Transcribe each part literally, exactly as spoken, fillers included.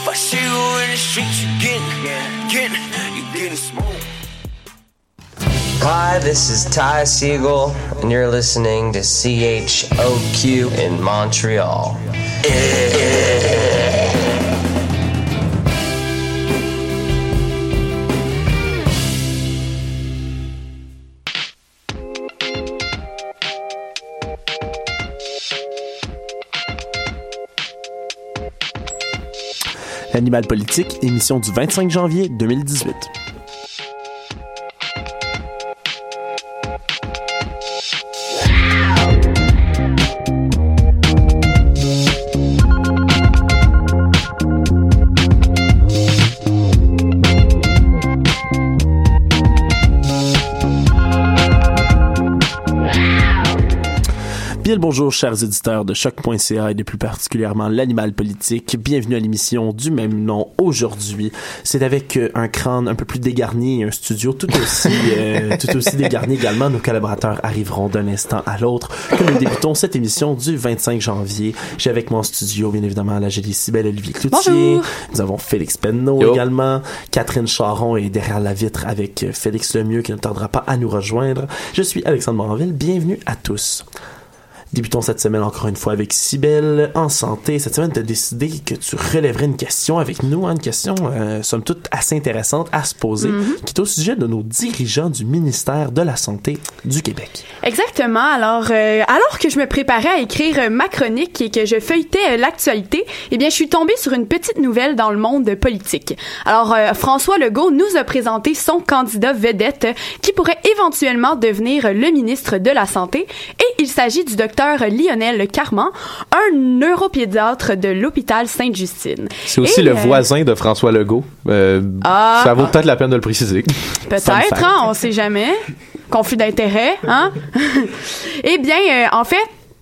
I see you in the streets, you getting, getting, you getting smooth. Hi, this is Ty Siegel, and you're listening to C H O Q in Montreal. Animal politique, émission du vingt-cinq janvier deux mille dix-huit. Bien le bonjour, chers éditeurs de choc point c a et de plus particulièrement l'Animal politique. Bienvenue à l'émission du même nom aujourd'hui. C'est avec euh, un crâne un peu plus dégarni et un studio tout aussi euh, tout aussi dégarni également. Nos collaborateurs arriveront d'un instant à l'autre que nous débutons cette émission du vingt-cinq janvier. J'ai avec moi en studio, bien évidemment, la jolie Cybèle Olivier Cloutier. Bonjour. Nous avons Félix Penneau Yo. également. Catherine Charon est derrière la vitre avec Félix Lemieux qui ne tardera pas à nous rejoindre. Je suis Alexandre Moranville. Bienvenue à tous. Débutons cette semaine encore une fois avec Cybèle en santé. Cette semaine, tu as décidé que tu relèverais une question avec nous, hein, une question euh, somme toute assez intéressante à se poser, mm-hmm. qui est au sujet de nos dirigeants du ministère de la Santé du Québec. Exactement. Alors, euh, alors que je me préparais à écrire ma chronique et que je feuilletais euh, l'actualité, eh bien, je suis tombée sur une petite nouvelle dans le monde politique. Alors, euh, François Legault nous a présenté son candidat vedette euh, qui pourrait éventuellement devenir le ministre de la Santé, et il s'agit du docteur Lionel Carman, un neuropédiatre de l'hôpital Sainte-Justine. C'est aussi et, le euh, voisin de François Legault. Euh, ah, ça vaut peut-être la peine de le préciser. Peut-être, hein, on sait jamais. Conflit d'intérêt, hein? Eh bien, euh, en fait,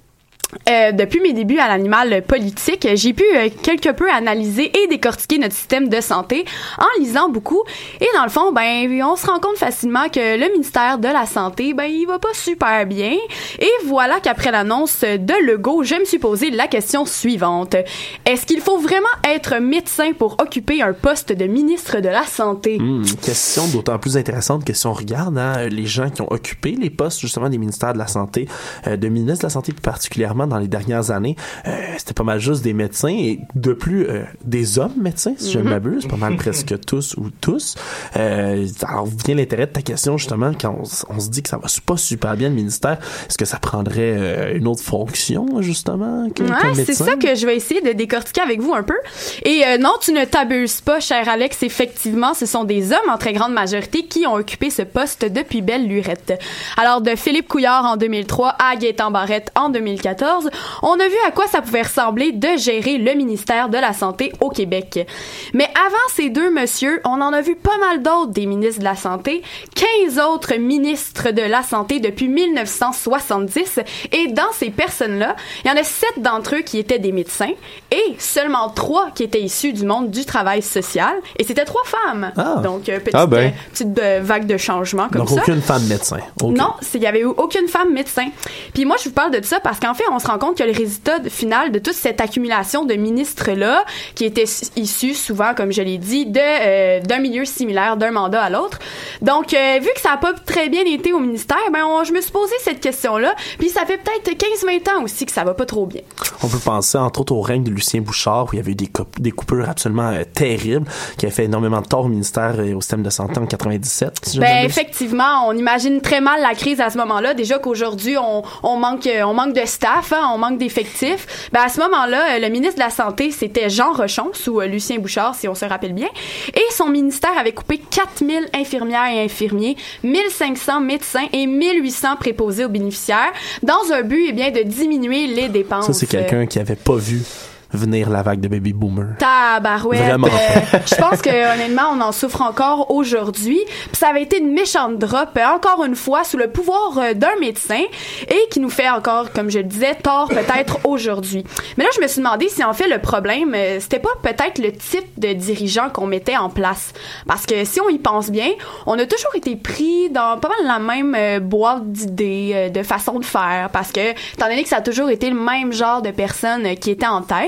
Euh, depuis mes débuts à l'animal politique, j'ai pu euh, quelque peu analyser et décortiquer notre système de santé en lisant beaucoup. Et dans le fond, ben, on se rend compte facilement que le ministère de la Santé, ben, il va pas super bien. Et voilà qu'après l'annonce de Legault, je me suis posé la question suivante. Est-ce qu'il faut vraiment être médecin pour occuper un poste de ministre de la Santé? Mmh, question d'autant plus intéressante que si on regarde hein, les gens qui ont occupé les postes justement des ministères de la Santé, euh, de ministre de la Santé plus particulièrement dans les dernières années, euh, c'était pas mal juste des médecins et de plus euh, des hommes médecins, si mm-hmm. je ne m'abuse, pas mal presque tous ou tous. Euh, alors vient l'intérêt de ta question justement quand on, on se dit que ça va pas super bien le ministère, est-ce que ça prendrait euh, une autre fonction justement que, ouais, que médecin? C'est ça que je vais essayer de décortiquer avec vous un peu. Et euh, non, tu ne t'abuses pas, cher Alex, effectivement, ce sont des hommes en très grande majorité qui ont occupé ce poste depuis belle lurette. Alors de Philippe Couillard en deux mille trois à Gaétan Barrette en deux mille quatorze, on a vu à quoi ça pouvait ressembler de gérer le ministère de la Santé au Québec. Mais avant ces deux messieurs, on en a vu pas mal d'autres des ministres de la Santé, quinze autres ministres de la Santé depuis mille neuf cent soixante-dix, et dans ces personnes-là, il y en a sept d'entre eux qui étaient des médecins, et seulement trois qui étaient issus du monde du travail social, et c'était trois femmes. Ah. Donc, euh, petite, ah ben. euh, petite euh, vague de changement comme Donc, ça. Donc, aucune femme médecin. Okay. Non, il y avait eu aucune femme médecin. Puis moi, je vous parle de ça parce qu'en fait, on se rend compte que le résultat final de toute cette accumulation de ministres-là, qui étaient issus souvent, comme je l'ai dit, de euh, d'un milieu similaire, d'un mandat à l'autre. Donc, euh, vu que ça n'a pas très bien été au ministère, ben on, je me suis posé cette question-là. Puis ça fait peut-être quinze vingt ans aussi que ça va pas trop bien. On peut penser, entre autres, au règne de Lucien Bouchard, où il y avait eu des, coup- des coupures absolument euh, terribles, qui a fait énormément de tort au ministère et au système de santé en quatre-vingt-dix-sept. Si ben, effectivement, on imagine très mal la crise à ce moment-là. Déjà qu'aujourd'hui, on, on manque, on manque de staff, hein, on manque d'effectifs. Ben, à ce moment-là, le ministre de la Santé, c'était Jean Rochon, sous euh, Lucien Bouchard, si on se rappelle bien. Et son ministère avait coupé quatre mille infirmières et infirmiers, mille cinq cents médecins et mille huit cents préposés aux bénéficiaires, dans un but, eh bien, de diminuer les dépenses. Ça, c'est quelqu'un qui avait pas vu venir la vague de baby boomer. Tabarouette. Vraiment euh, je pense que honnêtement, on en souffre encore aujourd'hui. Puis ça avait été une méchante drop, euh, encore une fois, sous le pouvoir euh, d'un médecin et qui nous fait encore, comme je le disais, tort peut-être aujourd'hui. Mais là, je me suis demandé si en fait le problème, euh, c'était pas peut-être le type de dirigeant qu'on mettait en place. Parce que si on y pense bien, on a toujours été pris dans pas mal la même euh, boîte d'idées, euh, de façon de faire. Parce que, étant donné que ça a toujours été le même genre de personnes euh, qui étaient en tête,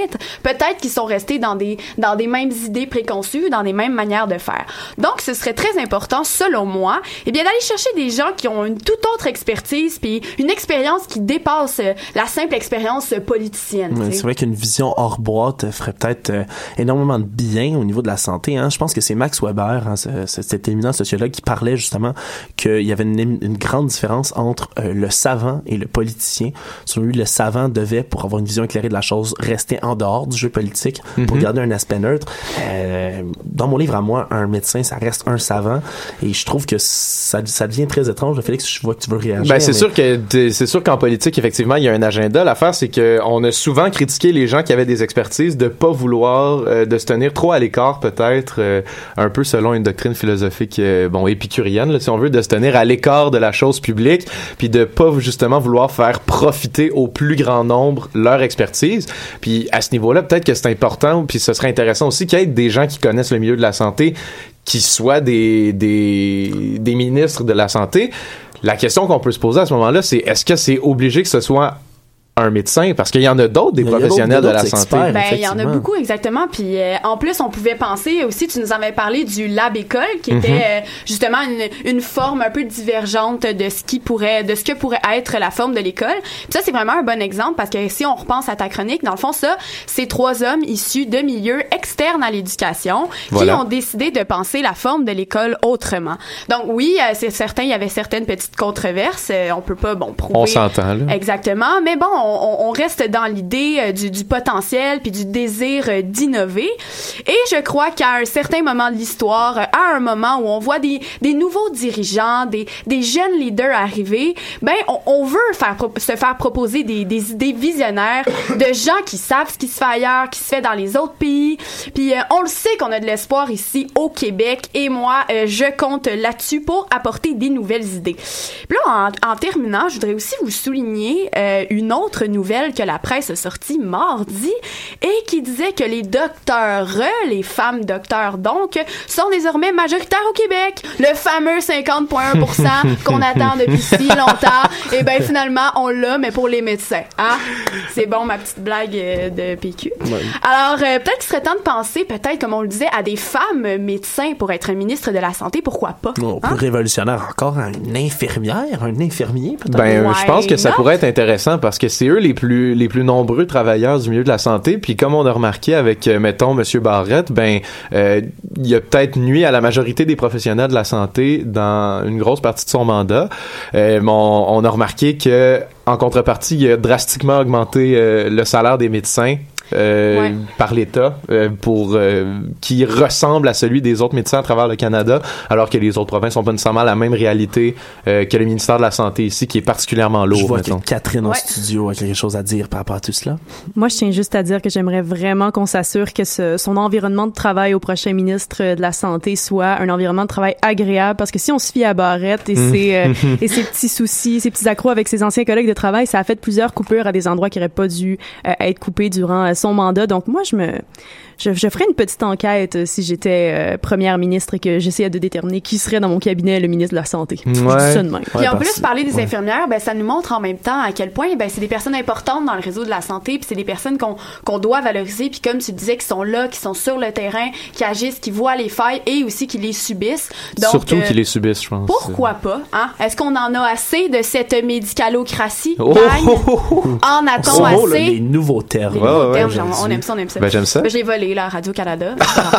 peut-être, peut-être qu'ils sont restés dans des, dans des mêmes idées préconçues, dans des mêmes manières de faire. Donc, ce serait très important, selon moi, eh bien, d'aller chercher des gens qui ont une toute autre expertise puis une expérience qui dépasse euh, la simple expérience euh, politicienne. Ouais, c'est vrai qu'une vision hors boîte ferait peut-être euh, énormément de bien au niveau de la santé. Hein. Je pense que c'est Max Weber, hein, ce, ce, cet éminent sociologue, qui parlait justement qu'il y avait une, une grande différence entre euh, le savant et le politicien. Selon lui, le savant devait, pour avoir une vision éclairée de la chose, rester en dehors du jeu politique mm-hmm. pour garder un aspect neutre. Euh, dans mon livre à moi, un médecin, ça reste un savant, et je trouve que ça, ça devient très étrange. Félix, je vois que tu veux réagir. Ben, c'est mais... sûr que c'est sûr qu'en politique, effectivement, il y a un agenda. L'affaire, c'est que on a souvent critiqué les gens qui avaient des expertises de pas vouloir, euh, de se tenir trop à l'écart, peut-être, euh, un peu selon une doctrine philosophique, euh, bon, épicurienne, là, si on veut, de se tenir à l'écart de la chose publique, puis de pas justement vouloir faire profiter au plus grand nombre leur expertise. Puis à ce niveau-là, peut-être que c'est important, puis ce serait intéressant aussi qu'il y ait des gens qui connaissent le milieu de la santé, qui soient des des des ministres de la santé. La question qu'on peut se poser à ce moment-là, c'est est-ce que c'est obligé que ce soit un médecin, parce qu'il y en a d'autres des professionnels de la santé. Ben, il y en a beaucoup, exactement. Puis euh, en plus, on pouvait penser aussi, tu nous avais parlé du lab école, qui était mm-hmm. euh, justement une, une forme un peu divergente de ce qui pourrait, de ce que pourrait être la forme de l'école. Puis ça, c'est vraiment un bon exemple, parce que si on repense à ta chronique, dans le fond, ça, c'est trois hommes issus de milieux externes à l'éducation voilà. qui ont décidé de penser la forme de l'école autrement. Donc oui, euh, c'est certain, il y avait certaines petites controverses. Euh, on peut pas, bon, prouver. On s'entend, là. Exactement. Mais bon, On, on reste dans l'idée euh, du, du potentiel puis du désir euh, d'innover. Et je crois qu'à un certain moment de l'histoire, euh, à un moment où on voit des, des nouveaux dirigeants, des, des jeunes leaders arriver, ben on, on veut faire pro- se faire proposer des, des idées visionnaires de gens qui savent ce qui se fait ailleurs, qui se fait dans les autres pays. Puis euh, on le sait qu'on a de l'espoir ici au Québec, et moi, euh, je compte là-dessus pour apporter des nouvelles idées. Puis là, en, en terminant, je voudrais aussi vous souligner euh, une autre nouvelle que la presse a sortie mardi et qui disait que les docteurs, les femmes docteurs donc, sont désormais majoritaires au Québec. Le fameux cinquante virgule un pour cent qu'on attend depuis si longtemps. Et ben finalement, on l'a, mais pour les médecins. Hein? C'est bon, ma petite blague de P Q. Ouais. Alors, euh, peut-être qu'il serait temps de penser, peut-être, comme on le disait, à des femmes médecins pour être ministre de la Santé. Pourquoi pas? Oh, hein? Plus révolutionnaire encore, une infirmière, un infirmier peut-être? Ben, ouais, je pense que ça non? pourrait être intéressant parce que c'est eux les plus les plus nombreux travailleurs du milieu de la santé. Puis comme on a remarqué avec, euh, mettons, Monsieur Barrette, ben, euh, il a peut-être nuit à la majorité des professionnels de la santé dans une grosse partie de son mandat. Euh, on, on a remarqué que en contrepartie, il a drastiquement augmenté euh, le salaire des médecins. Euh, ouais. par l'État euh, pour euh, qui ressemble à celui des autres médecins à travers le Canada, alors que les autres provinces n'ont pas nécessairement la même réalité euh, que le ministère de la Santé ici, qui est particulièrement lourd. Je vois mettons. que Catherine en ouais. studio a quelque chose à dire par rapport à tout cela. Moi, je tiens juste à dire que j'aimerais vraiment qu'on s'assure que ce, son environnement de travail au prochain ministre de la Santé soit un environnement de travail agréable, parce que si on se fie à Barrette et, mmh. ses, euh, et ses petits soucis, ses petits accros avec ses anciens collègues de travail, ça a fait plusieurs coupures à des endroits qui n'auraient pas dû euh, être coupés durant euh, son mandat. Donc moi, je me, je, je ferais une petite enquête euh, si j'étais euh, première ministre et que j'essayais de déterminer qui serait dans mon cabinet le ministre de la Santé. Ouais. Je dis ça de même. Puis en plus, parler des ouais. infirmières, ben ça nous montre en même temps à quel point ben c'est des personnes importantes dans le réseau de la santé, puis c'est des personnes qu'on qu'on doit valoriser, puis comme tu disais, qui sont là, qui sont sur le terrain, qui agissent, qui voient les failles et aussi qui les subissent. Donc, surtout euh, qui les subissent, je pense. Pourquoi pas, hein? Est-ce qu'on en a assez de cette médicalocratie? Oh, oh, oh, oh. En a-t-on oh, assez? Là, les nouveaux termes. Les ouais, nouveaux ouais, termes, ouais, genre, on aime ça, on aime ça. Ben, j'aime ça. Ben, je l'ai volé, là, à Radio-Canada.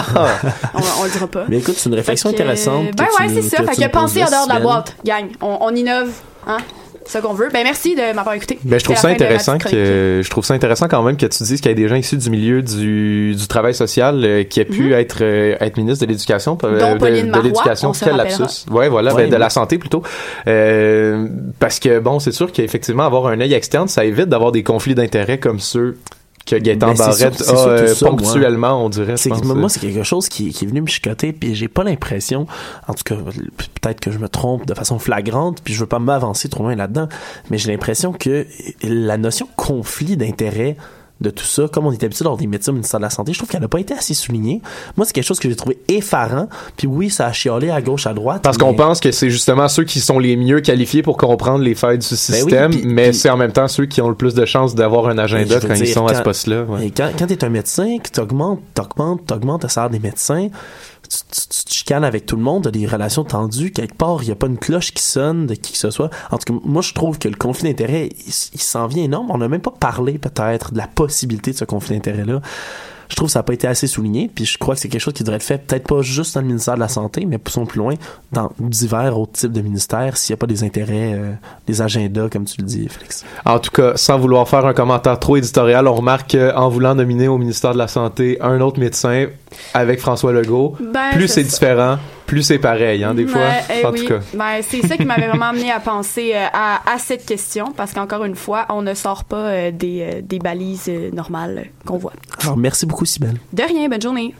on, on le dira pas. Mais écoute, c'est une réflexion Fait que, intéressante. Ben ouais, tu, c'est ça. Fait que pensez en dehors de la Sven. boîte, gang. On, on innove, hein? C'est ça qu'on veut. Ben merci de m'avoir écouté. Ben je trouve C'est ça la fin de ma intéressant petite que je trouve ça intéressant quand même que tu dises qu'il y a des gens issus du milieu du du travail social euh, qui aient pu Mm-hmm. être euh, être ministre de l'éducation Dont euh, de, Pauline de Marois, l'éducation, on se quel rappellera. lapsus. Ouais, voilà, Ouais, ben, de oui. la santé plutôt. Euh, parce que bon, c'est sûr qu'effectivement avoir un œil externe, ça évite d'avoir des conflits d'intérêts comme ceux que Gaétan Ben, c'est Barrette sûr- c'est a surtout euh, ça, ponctuellement, moi. on dirait. C'est je que pense, moi, euh. c'est quelque chose qui, qui est venu me chicoter, puis j'ai pas l'impression, en tout cas, peut-être que je me trompe de façon flagrante, puis je veux pas m'avancer trop loin là-dedans, mais j'ai l'impression que la notion conflit d'intérêts de tout ça, comme on est habitué d'avoir des médecins au ministère de la Santé, je trouve qu'elle n'a pas été assez soulignée. Moi, c'est quelque chose que j'ai trouvé effarant. Puis oui, ça a chiolé à gauche, à droite. Parce mais... qu'on pense que c'est justement ceux qui sont les mieux qualifiés pour comprendre les failles du système, ben oui, pis, mais pis... c'est en même temps ceux qui ont le plus de chances d'avoir un agenda quand dire, ils sont quand... à ce poste-là. Ouais. Et quand, quand t'es un médecin, que t'augmentes, t'augmentes, t'augmentes le salaire des médecins, tu, tu, tu te chicanes avec tout le monde, t'as des relations tendues, quelque part, il n'y a pas une cloche qui sonne de qui que ce soit. En tout cas, moi, je trouve que le conflit d'intérêts, il, il s'en vient énorme. On n'a même pas parlé, peut-être, de la possibilité de ce conflit d'intérêts-là. Je trouve que ça n'a pas été assez souligné, puis je crois que c'est quelque chose qui devrait être fait, peut-être pas juste dans le ministère de la Santé, mais poussons plus loin, dans divers autres types de ministères, s'il n'y a pas des intérêts, euh, des agendas, comme tu le dis, Félix. En tout cas, sans vouloir faire un commentaire trop éditorial, on remarque qu'en voulant nominer au ministère de la Santé un autre médecin avec François Legault, ben, plus c'est, c'est différent, plus c'est pareil, hein, des ben, fois, eh en oui. tout cas. Ben, c'est ça qui m'avait vraiment amené à penser euh, à, à cette question, parce qu'encore une fois, on ne sort pas euh, des, euh, des balises euh, normales euh, qu'on voit. Alors, merci beaucoup, Cybèle. De rien, bonne journée.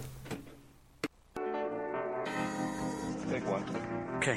Okay.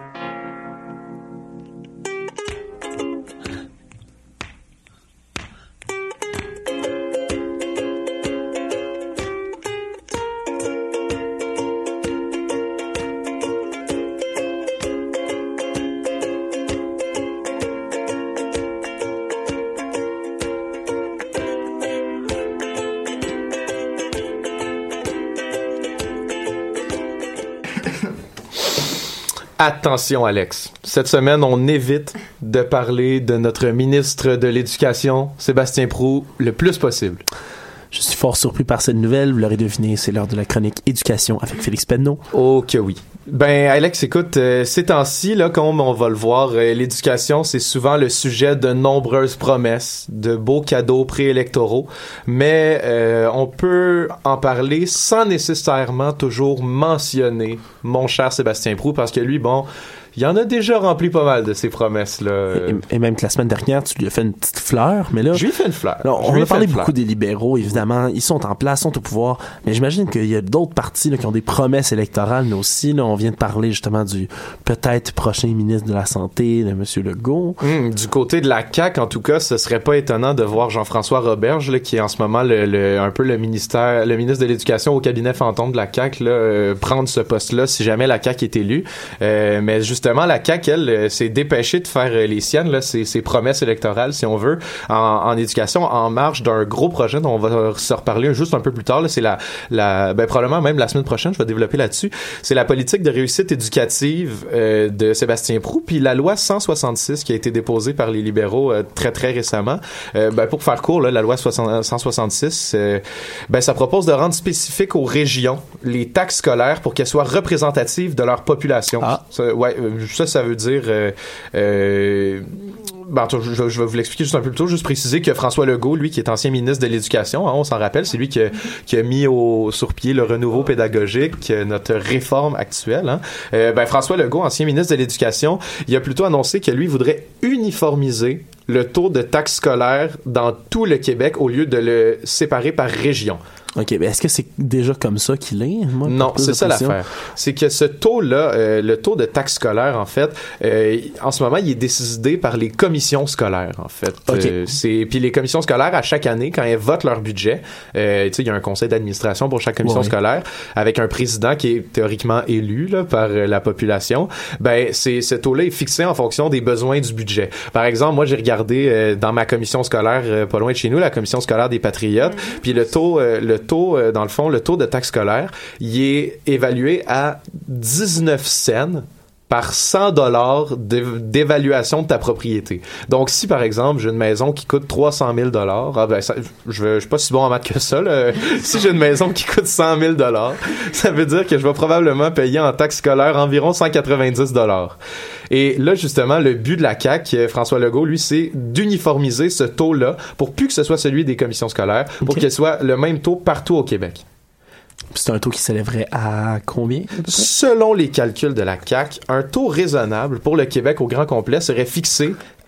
Attention, Alex. Cette semaine, on évite de parler de notre ministre de l'Éducation, Sébastien Proulx, le plus possible. Je suis fort surpris par cette nouvelle. Vous l'aurez deviné, c'est l'heure de la chronique Éducation avec Félix Penneau. Oh que oui. Ben, Alex, écoute, euh, ces temps-ci, là, comme on va le voir, euh, l'éducation, c'est souvent le sujet de nombreuses promesses, de beaux cadeaux préélectoraux, mais euh, on peut en parler sans nécessairement toujours mentionner mon cher Sébastien Proulx, parce que lui, bon, il en a déjà rempli pas mal de ses promesses-là. Et, et même que la semaine dernière, tu lui as fait une petite fleur, mais là... Je lui ai fait une fleur. Là, on a parlé beaucoup des libéraux, évidemment. Ils sont en place, sont au pouvoir. Mais j'imagine qu'il y a d'autres partis là, qui ont des promesses électorales, mais aussi, là, on vient de parler justement du peut-être prochain ministre de la Santé, de M. Legault. Mmh, du côté de la C A Q, en tout cas, ce serait pas étonnant de voir Jean-François Roberge, là, qui est en ce moment le, le, un peu le ministère, le ministre de l'Éducation au cabinet fantôme de la C A Q, là, euh, prendre ce poste-là si jamais la C A Q est élue. Euh, mais justement, la C A Q, elle, euh, s'est dépêchée de faire euh, les siennes, là, ses, ses promesses électorales, si on veut, en, en éducation, en marge d'un gros projet dont on va se reparler juste un peu plus tard. Là, c'est la, la, ben, probablement même la semaine prochaine, je vais développer là-dessus. C'est la politique de réussite éducative euh, de Sébastien Proulx, puis la loi cent soixante-six qui a été déposée par les libéraux euh, très très récemment. Euh, ben, pour faire court, là, la loi cent soixante-six, euh, ben, ça propose de rendre spécifique aux régions les taxes scolaires pour qu'elles soient représentatives de leur population. Ah. Ça, ouais, ça, ça veut dire... Euh, euh, ben, je, je vais vous l'expliquer juste un peu plus tôt, juste préciser que François Legault, lui, qui est ancien ministre de l'Éducation, hein, on s'en rappelle, c'est lui qui a, qui a mis au, sur pied le renouveau pédagogique, notre réforme actuelle. Hein. Euh, ben, François Legault, ancien ministre de l'Éducation, il a plutôt annoncé que lui voudrait uniformiser le taux de taxes scolaires dans tout le Québec au lieu de le séparer par région. OK, mais est-ce que c'est déjà comme ça qu'il est? Moi, non, c'est ça l'affaire. C'est que ce taux-là, euh, le taux de taxe scolaire, en fait, euh, en ce moment, il est décidé par les commissions scolaires, en fait. OK. Euh, c'est, puis les commissions scolaires, à chaque année, quand elles votent leur budget, euh, tu sais, il y a un conseil d'administration pour chaque commission ouais. scolaire, avec un président qui est théoriquement élu là, par euh, la population. Ben, c'est, ce taux-là est fixé en fonction des besoins du budget. Par exemple, moi, j'ai regardé euh, dans ma commission scolaire, euh, pas loin de chez nous, la commission scolaire des Patriotes, mm-hmm. puis le taux, euh, le taux, euh, dans le fond, le taux de taxe scolaire, il est évalué à dix-neuf cents par cent dollars d'évaluation de ta propriété. Donc, si, par exemple, j'ai une maison qui coûte trois cent mille dollars, ah ben, ça, je, je suis pas si bon en maths que ça, là. Si j'ai une maison qui coûte cent mille dollars, ça veut dire que je vais probablement payer en taxe scolaire environ cent quatre-vingt-dix dollars. Et là, justement, le but de la C A Q, François Legault, lui, c'est d'uniformiser ce taux-là pour plus que ce soit celui des commissions scolaires, pour okay. qu'il soit le même taux partout au Québec. C'est un taux qui s'élèverait à combien? Selon les calculs de la C A Q, un taux raisonnable pour le Québec au grand complet serait fixé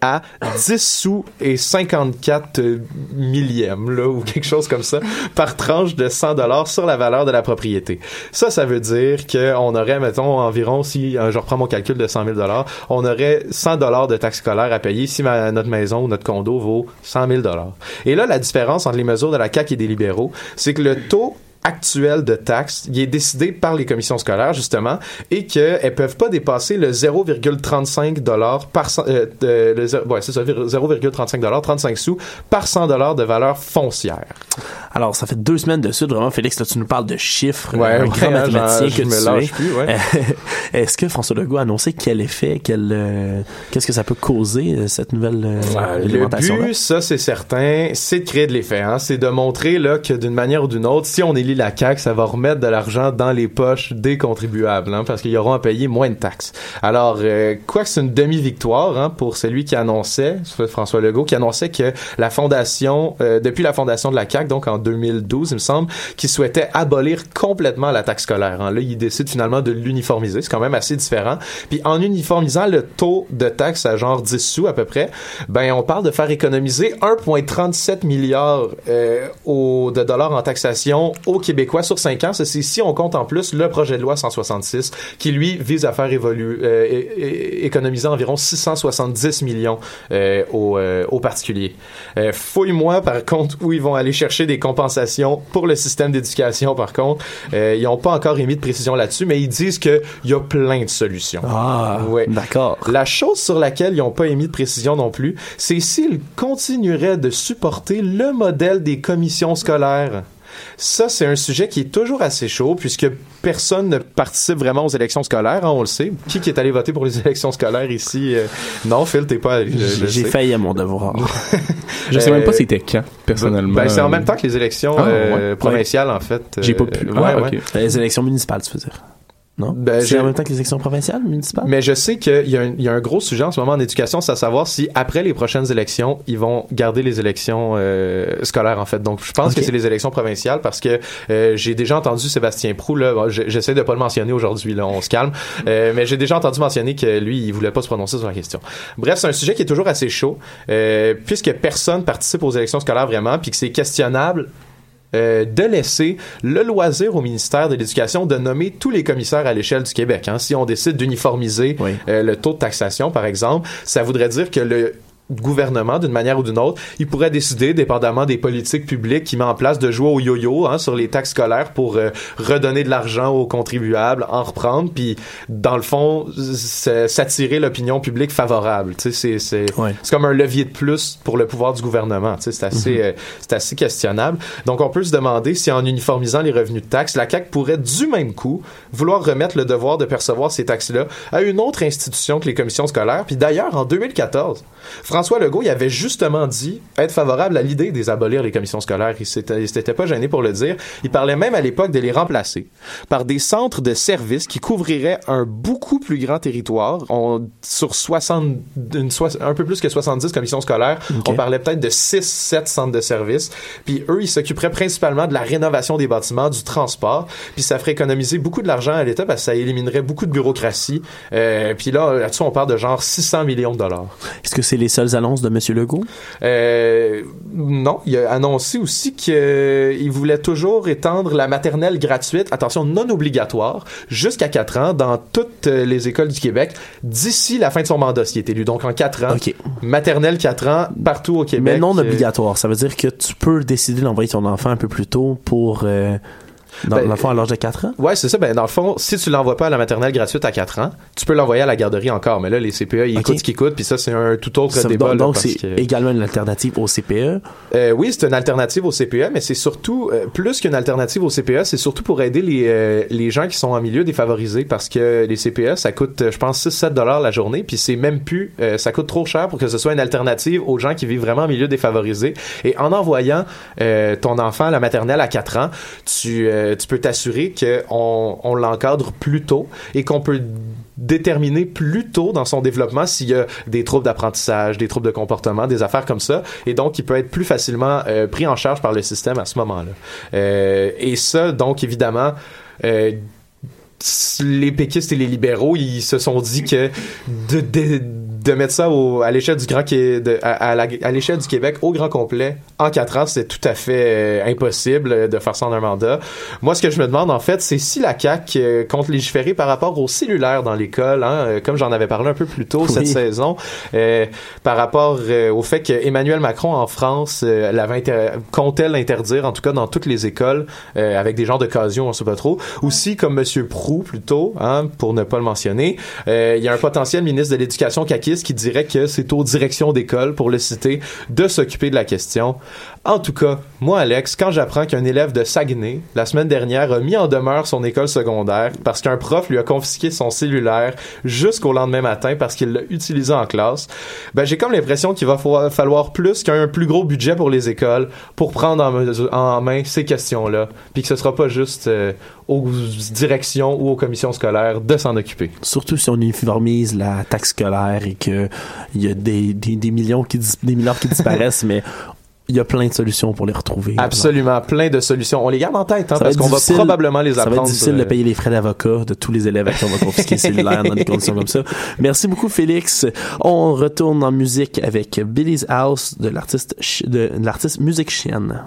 à dix sous et cinquante-quatre millièmes, là, ou quelque chose comme ça, par tranche de cent dollars sur la valeur de la propriété. Ça, ça veut dire qu'on aurait, mettons, environ, si je reprends mon calcul de cent mille dollars, on aurait cent dollars de taxes scolaires à payer si ma, notre maison ou notre condo vaut cent mille dollars. Et là, la différence entre les mesures de la C A Q et des libéraux, c'est que le taux actuel de taxes, il est décidé par les commissions scolaires, justement, et qu'elles peuvent pas dépasser le zéro virgule trente-cinq dollars par cent, euh, de, le, ouais, c'est ça, zéro virgule trente-cinq dollars, trente-cinq sous par cent dollars de valeur foncière. Alors, ça fait deux semaines de suite, vraiment, Félix, là, tu nous parles de chiffres, ouais, un ouais, grand hein, mathématicien je que me tu lâche es. plus, ouais. Est-ce que François Legault a annoncé quel effet, quel, euh, qu'est-ce que ça peut causer, cette nouvelle euh, ouais, alimentation? Le but, ça, c'est certain, c'est de créer de l'effet, hein. C'est de montrer, là, que d'une manière ou d'une autre, si on élit la C A Q, ça va remettre de l'argent dans les poches des contribuables, hein, parce qu'ils auront à payer moins de taxes. Alors, euh, quoi que c'est une demi-victoire, hein, pour celui qui annonçait, François Legault, qui annonçait que la fondation, euh, depuis la fondation de la C A Q, donc en deux mille douze, il me semble, qui souhaitait abolir complètement la taxe scolaire. Hein. Là, il décide finalement de l'uniformiser. C'est quand même assez différent. Puis, en uniformisant le taux de taxe à genre dix sous à peu près, ben, on parle de faire économiser un virgule trente-sept milliard euh, au, de dollars en taxation aux Québécois sur cinq ans. Ça, c'est si on compte en plus le projet de loi cent soixante-six qui, lui, vise à faire évoluer, euh, é- é- économiser environ six cent soixante-dix millions euh, aux, euh, aux particuliers. Euh, fouille-moi, par contre, où ils vont aller chercher des compensations pour le système d'éducation, par contre. Euh, ils n'ont pas encore émis de précision là-dessus, mais ils disent qu'il y a plein de solutions. Ah, ouais. D'accord. La chose sur laquelle ils n'ont pas émis de précision non plus, c'est s'ils continueraient de supporter le modèle des commissions scolaires. Ça, c'est un sujet qui est toujours assez chaud puisque personne ne participe vraiment aux élections scolaires, hein, on le sait. Qui qui est allé voter pour les élections scolaires ici? Euh, non, Phil, t'es pas allé. Je, je J'ai sais. failli à mon devoir. Je sais Euh, même pas c'était quand, personnellement. Ben, c'est en même temps que les élections Ah, euh, ouais. provinciales, en fait. J'ai pas Euh, pu. ouais, Ah, ouais. ok. Les élections municipales, tu veux dire? Non? Ben, c'est j'ai- en même temps que les élections provinciales, municipales? Mais je sais qu'il y a, un, il y a un gros sujet en ce moment en éducation, c'est à savoir si après les prochaines élections, ils vont garder les élections euh, scolaires en fait. Donc je pense Okay. que c'est les élections provinciales parce que euh, j'ai déjà entendu Sébastien Proulx, là, bon, je- j'essaie de pas le mentionner aujourd'hui, là, on se calme, euh, mais j'ai déjà entendu mentionner que lui, il voulait pas se prononcer sur la question. Bref, c'est un sujet qui est toujours assez chaud, euh, puisque personne participe aux élections scolaires vraiment, puis que c'est questionnable. Euh, de laisser le loisir au ministère de l'Éducation de nommer tous les commissaires à l'échelle du Québec. Hein. Si on décide d'uniformiser Oui. euh, le taux de taxation, par exemple, ça voudrait dire que le gouvernement, d'une manière ou d'une autre, il pourrait décider, dépendamment des politiques publiques qu'il met en place, de jouer au yo-yo hein, sur les taxes scolaires pour euh, redonner de l'argent aux contribuables, en reprendre, puis dans le fond, s- s'attirer l'opinion publique favorable. Tu sais, c'est c'est Ouais. c'est comme un levier de plus pour le pouvoir du gouvernement. Tu sais, c'est assez Mm-hmm. euh, c'est assez questionnable. Donc on peut se demander si en uniformisant les revenus de taxes, la C A Q pourrait du même coup vouloir remettre le devoir de percevoir ces taxes-là à une autre institution que les commissions scolaires. Puis d'ailleurs, en deux mille quatorze, François Legault, il avait justement dit être favorable à l'idée des abolir les commissions scolaires. Il s'était, il s'était pas gêné pour le dire. Il parlait même à l'époque de les remplacer par des centres de services qui couvriraient un beaucoup plus grand territoire. On, sur soixante, une, soix- un peu plus que soixante-dix commissions scolaires, Ok. on parlait peut-être de six sept centres de services. Puis eux, ils s'occuperaient principalement de la rénovation des bâtiments, du transport. Puis ça ferait économiser beaucoup de l'argent à l'État parce que ça éliminerait beaucoup de bureaucratie. Euh, puis là, là-dessus, on parle de genre six cents millions de dollars. Est-ce que c'est les seules annonces de M. Legault? Euh, non, il a annoncé aussi qu'il voulait toujours étendre la maternelle gratuite, attention, non obligatoire, jusqu'à quatre ans dans toutes les écoles du Québec d'ici la fin de son mandat, s'il est élu. Donc en quatre ans, OK. maternelle quatre ans, partout au Québec. Mais non Euh, obligatoire. Ça veut dire que tu peux décider d'envoyer ton enfant un peu plus tôt pour... Euh, dans, Ben, dans le fond, à l'âge de quatre ans? Ouais, c'est ça. Ben, dans le fond, si tu l'envoies pas à la maternelle gratuite à quatre ans, tu peux l'envoyer à la garderie encore. Mais là, les C P E, ils Ok. écoutent ce qu'ils coûtent, puis ça, c'est un tout autre Ça- débat. donc, là, donc parce c'est que- également une alternative au C P E. Euh, oui, c'est une alternative au C P E, mais c'est surtout, euh, plus qu'une alternative au C P E, c'est surtout pour aider les, euh, les gens qui sont en milieu défavorisé, parce que les C P E, ça coûte, je pense, six à sept dollars la journée, puis c'est même plus, euh, ça coûte trop cher pour que ce soit une alternative aux gens qui vivent vraiment en milieu défavorisé. Et en envoyant euh, ton enfant à la maternelle à quatre ans, tu, euh, tu peux t'assurer qu'on on l'encadre plus tôt et qu'on peut déterminer plus tôt dans son développement s'il y a des troubles d'apprentissage, des troubles de comportement, des affaires comme ça, et donc il peut être plus facilement euh, pris en charge par le système à ce moment-là. Euh, et ça, donc évidemment, euh, les péquistes et les libéraux, ils se sont dit que de, de, de mettre ça au, à l'échelle du grand de, à, à, la, à l'échelle du Québec au grand complet en quatre ans, c'est tout à fait euh, impossible de faire ça en un mandat. Moi, ce que je me demande en fait, c'est si la C A Q euh, compte légiférer par rapport au cellulaire dans l'école, hein, euh, comme j'en avais parlé un peu plus tôt oui. cette saison, euh, par rapport euh, au fait qu'Emmanuel Macron en France euh, l'avait inter- comptait l'interdire, en tout cas dans toutes les écoles, euh, avec des genres d'occasion, on sait pas trop. Aussi, comme Monsieur Proulx plutôt, hein, pour ne pas le mentionner, euh, il y a un potentiel ministre de l'Éducation caquiste qui dirait que c'est aux directions d'école, pour le citer, de s'occuper de la question. En tout cas, moi, Alex, quand j'apprends qu'un élève de Saguenay, la semaine dernière, a mis en demeure son école secondaire parce qu'un prof lui a confisqué son cellulaire jusqu'au lendemain matin parce qu'il l'a utilisé en classe, ben j'ai comme l'impression qu'il va falloir plus qu'un plus gros budget pour les écoles pour prendre en, en main ces questions-là, puis que ce sera pas juste euh, aux directions ou aux commissions scolaires de s'en occuper. Surtout si on uniformise la taxe scolaire et que il y a des, des, des millions qui dis, des milliards qui disparaissent, mais il y a plein de solutions pour les retrouver. Absolument, alors. Plein de solutions. On les garde en tête, hein, parce qu'on va probablement les apprendre. Ça va être difficile de payer les frais d'avocat de tous les élèves à qui on va confisquer le cellulaire dans des conditions comme ça. Merci beaucoup, Félix. On retourne en musique avec Billy's House de l'artiste, de, de l'artiste Musique Chienne.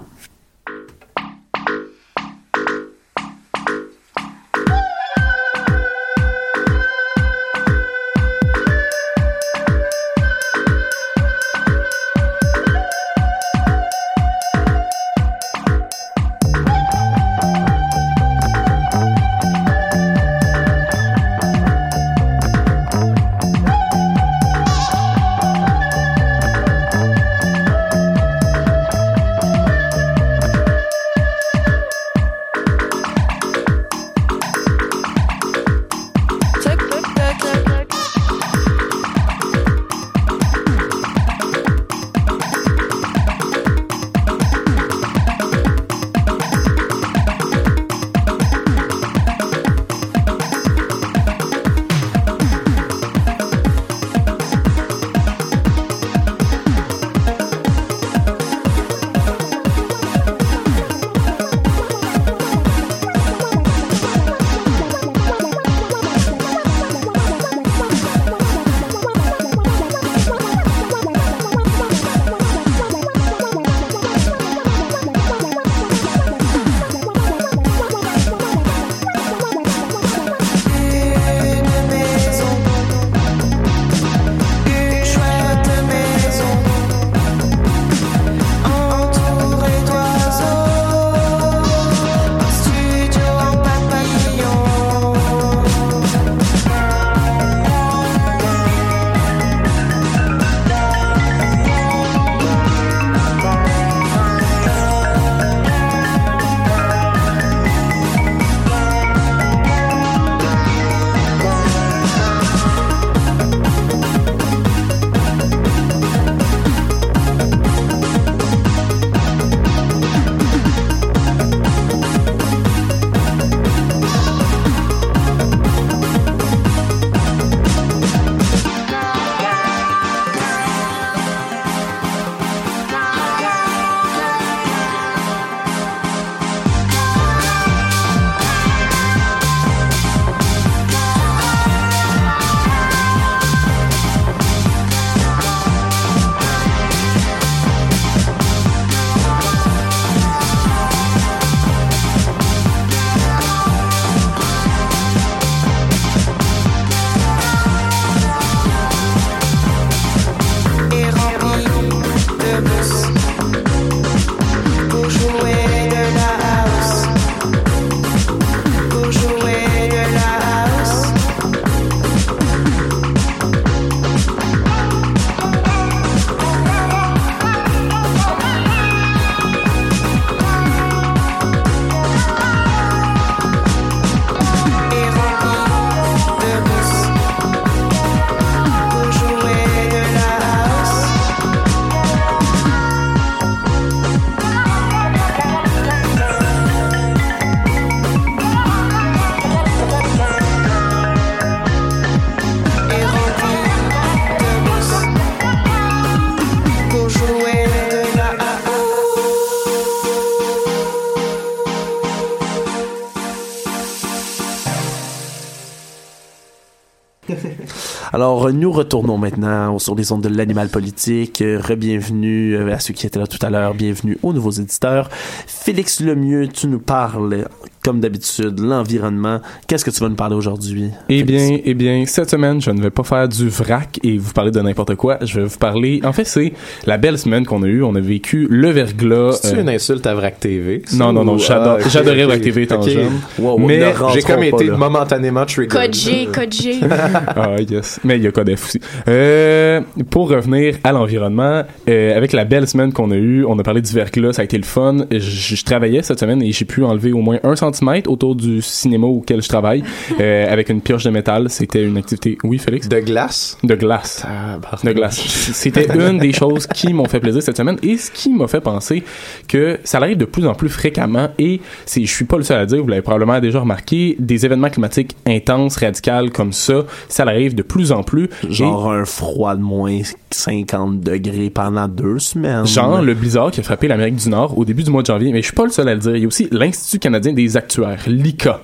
Alors, nous retournons maintenant sur les ondes de l'animal politique. Euh, Re-bienvenue euh, à ceux qui étaient là tout à l'heure. Bienvenue aux nouveaux éditeurs. Félix Lemieux, tu nous parles, comme d'habitude, l'environnement. Qu'est-ce que tu vas nous parler aujourd'hui? Eh Félix? bien, eh bien, cette semaine, je ne vais pas faire du vrac et vous parler de n'importe quoi. Je vais vous parler... En fait, c'est la belle semaine qu'on a eue. On a vécu le verglas. C'est-tu euh, une insulte à Vrac T V? Non, non, non. J'adore, Ah, okay, j'adorais okay, Vrac T V étant okay. jeune. Wow, Mais ne rentrons J'ai comme pas été là. momentanément trigger. Code G, code G. Ah, yes. Mais il y a Codef aussi. Euh, pour revenir à l'environnement, euh, avec la belle semaine qu'on a eue, on a parlé du verglas, ça a été le fun. Je, je travaillais cette semaine et j'ai pu enlever au moins un centimètre autour du cinéma auquel je travaille euh, avec une pioche de métal. C'était une activité... Oui, Félix? De glace? De glace. Ah, bah, De glace. C'était une des choses qui m'ont fait plaisir cette semaine et ce qui m'a fait penser que ça arrive de plus en plus fréquemment et c'est, je suis pas le seul à dire, vous l'avez probablement déjà remarqué, des événements climatiques intenses, radicales comme ça, ça arrive de plus en plus. Genre un froid de moins cinquante degrés pendant deux semaines. Genre le blizzard qui a frappé l'Amérique du Nord au début du mois de janvier, mais je suis pas le seul à le dire. Il y a aussi l'Institut canadien des actuaires, l'I C A.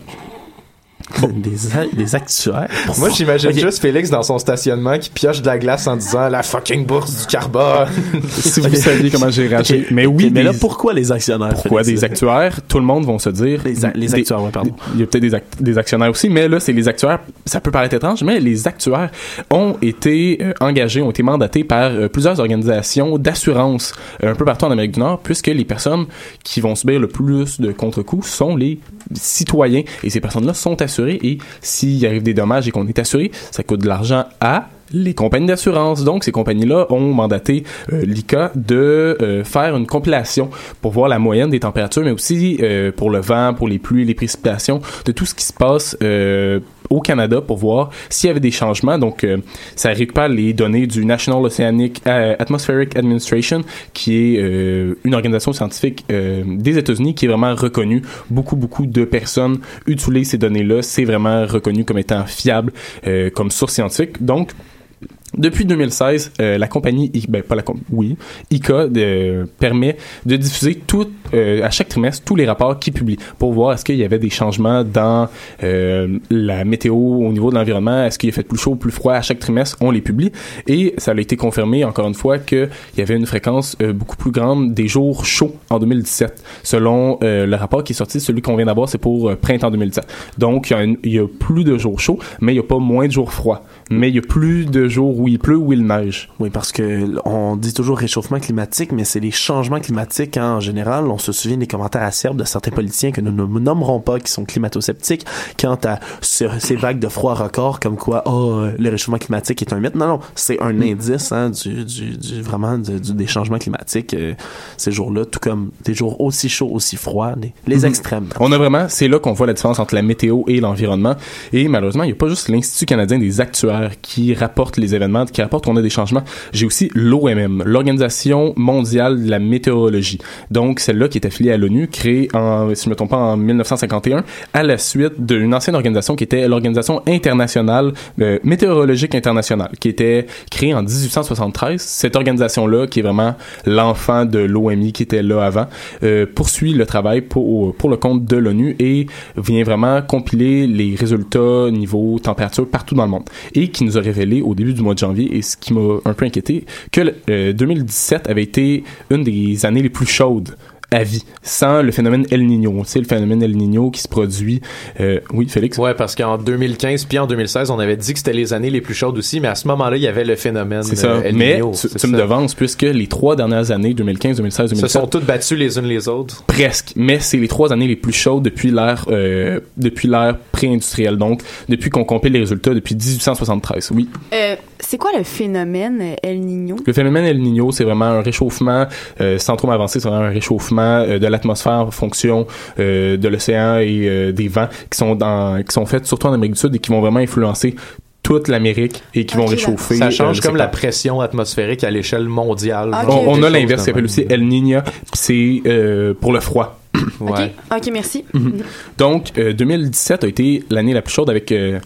Des, a- des actuaires. Moi, j'imagine Ok. juste Félix dans son stationnement qui pioche de la glace en disant la fucking bourse du carbone. Si vous saviez comment j'ai réagi. Ok. Mais oui, Ok, mais des- là, pourquoi les actionnaires? pourquoi Félix? des actuaires? Tout le monde vont se dire... Les, a- les des- actuaires, ouais, pardon. Il y a peut-être des, act- des actionnaires aussi, mais là, c'est les actuaires. Ça peut paraître étrange, mais les actuaires ont été euh, engagés, ont été mandatés par euh, plusieurs organisations d'assurance euh, un peu partout en Amérique du Nord, puisque les personnes qui vont subir le plus de contre-coups sont les citoyens. Et ces personnes-là sont assurées et s'il arrive des dommages et qu'on est assuré, ça coûte de l'argent à les compagnies d'assurance. Donc, ces compagnies-là ont mandaté euh, l'I C A de euh, faire une compilation pour voir la moyenne des températures, mais aussi euh, pour le vent, pour les pluies, les précipitations, de tout ce qui se passe euh, au Canada pour voir s'il y avait des changements. Donc, euh, ça récupère les données du National Oceanic euh, Atmospheric Administration, qui est euh, une organisation scientifique euh, des États-Unis qui est vraiment reconnue. Beaucoup, beaucoup de personnes utilisent ces données-là. C'est vraiment reconnu comme étant fiable euh, comme source scientifique. Donc, depuis deux mille seize, euh, la compagnie, I- ben pas la compagnie, oui, I C A euh, permet de diffuser tout, euh, à chaque trimestre tous les rapports qu'ils publient pour voir est-ce qu'il y avait des changements dans euh, la météo au niveau de l'environnement, est-ce qu'il a fait plus chaud ou plus froid à chaque trimestre, on les publie et ça a été confirmé encore une fois qu'il y avait une fréquence euh, beaucoup plus grande des jours chauds en deux mille dix-sept. Selon euh, le rapport qui est sorti, celui qu'on vient d'avoir, c'est pour euh, printemps deux mille dix-sept. Donc il y, a une- il y a plus de jours chauds, mais il n'y a pas moins de jours froids. Mais il y a plus de jours où il pleut, où il neige. Oui, parce que on dit toujours réchauffement climatique, mais c'est les changements climatiques hein, en général. On se souvient des commentaires acerbes de certains politiciens que nous ne nommerons pas, qui sont climato-sceptiques, quant à ce- ces vagues de froid record, comme quoi, oh, le réchauffement climatique est un mythe. Non, non, c'est un indice hein, du, du, du vraiment du, du- des changements climatiques euh, ces jours-là, tout comme des jours aussi chauds, aussi froids, les, les Mhm. extrêmes. On a vraiment, c'est là qu'on voit la différence entre la météo et l'environnement. Et malheureusement, il n'y a pas juste l'Institut canadien des actuaires qui rapporte les événements, qui rapporte qu'on a des changements. J'ai aussi l'O M M, l'Organisation mondiale de la météorologie. Donc, celle-là qui est affiliée à l'ONU, créée en, si je ne me trompe pas, en mille neuf cent cinquante et un, à la suite d'une ancienne organisation qui était l'Organisation internationale, euh, météorologique internationale, qui était créée en dix-huit cent soixante-treize. Cette organisation-là, qui est vraiment l'enfant de l'O M I qui était là avant, euh, poursuit le travail pour, pour le compte de l'ONU et vient vraiment compiler les résultats niveau température partout dans le monde. Et qui nous a révélé au début du mois de janvier, et ce qui m'a un peu inquiété, que euh, deux mille dix-sept avait été une des années les plus chaudes à vie, sans le phénomène El Niño. Tu sais, le phénomène El Niño qui se produit... Euh, oui, Félix? Ouais, parce qu'en deux mille quinze puis en deux mille seize, on avait dit que c'était les années les plus chaudes aussi, mais à ce moment-là, il y avait le phénomène C'est ça. euh, El Mais Niño, tu, c'est tu me ça. devances, puisque les trois dernières années, deux mille quinze, deux mille seize, deux mille Se dix-sept... sont toutes battues les unes les autres. Presque, mais c'est les trois années les plus chaudes depuis l'ère euh, depuis l'ère pré-industrielle, donc depuis qu'on compile les résultats depuis dix-huit cent soixante-treize. Oui. Euh, c'est quoi le phénomène euh, El Niño? Le phénomène El Niño, c'est vraiment un réchauffement, euh, sans trop m'avancer, c'est vraiment un réchauffement euh, de l'atmosphère en fonction euh, de l'océan et euh, des vents qui sont dans, qui sont faits surtout en Amérique du Sud et qui vont vraiment influencer toute l'Amérique et qui Ok, vont réchauffer. Ça change euh, comme le la secteur. pression atmosphérique à l'échelle mondiale. Ok, genre, On, on des a choses l'inverse de qui s'appelle même. aussi El Niña, puis c'est euh, pour le froid. Ouais. Ok, ok, merci. Donc, euh, deux mille dix-sept a été l'année la plus chaude avec... Euh,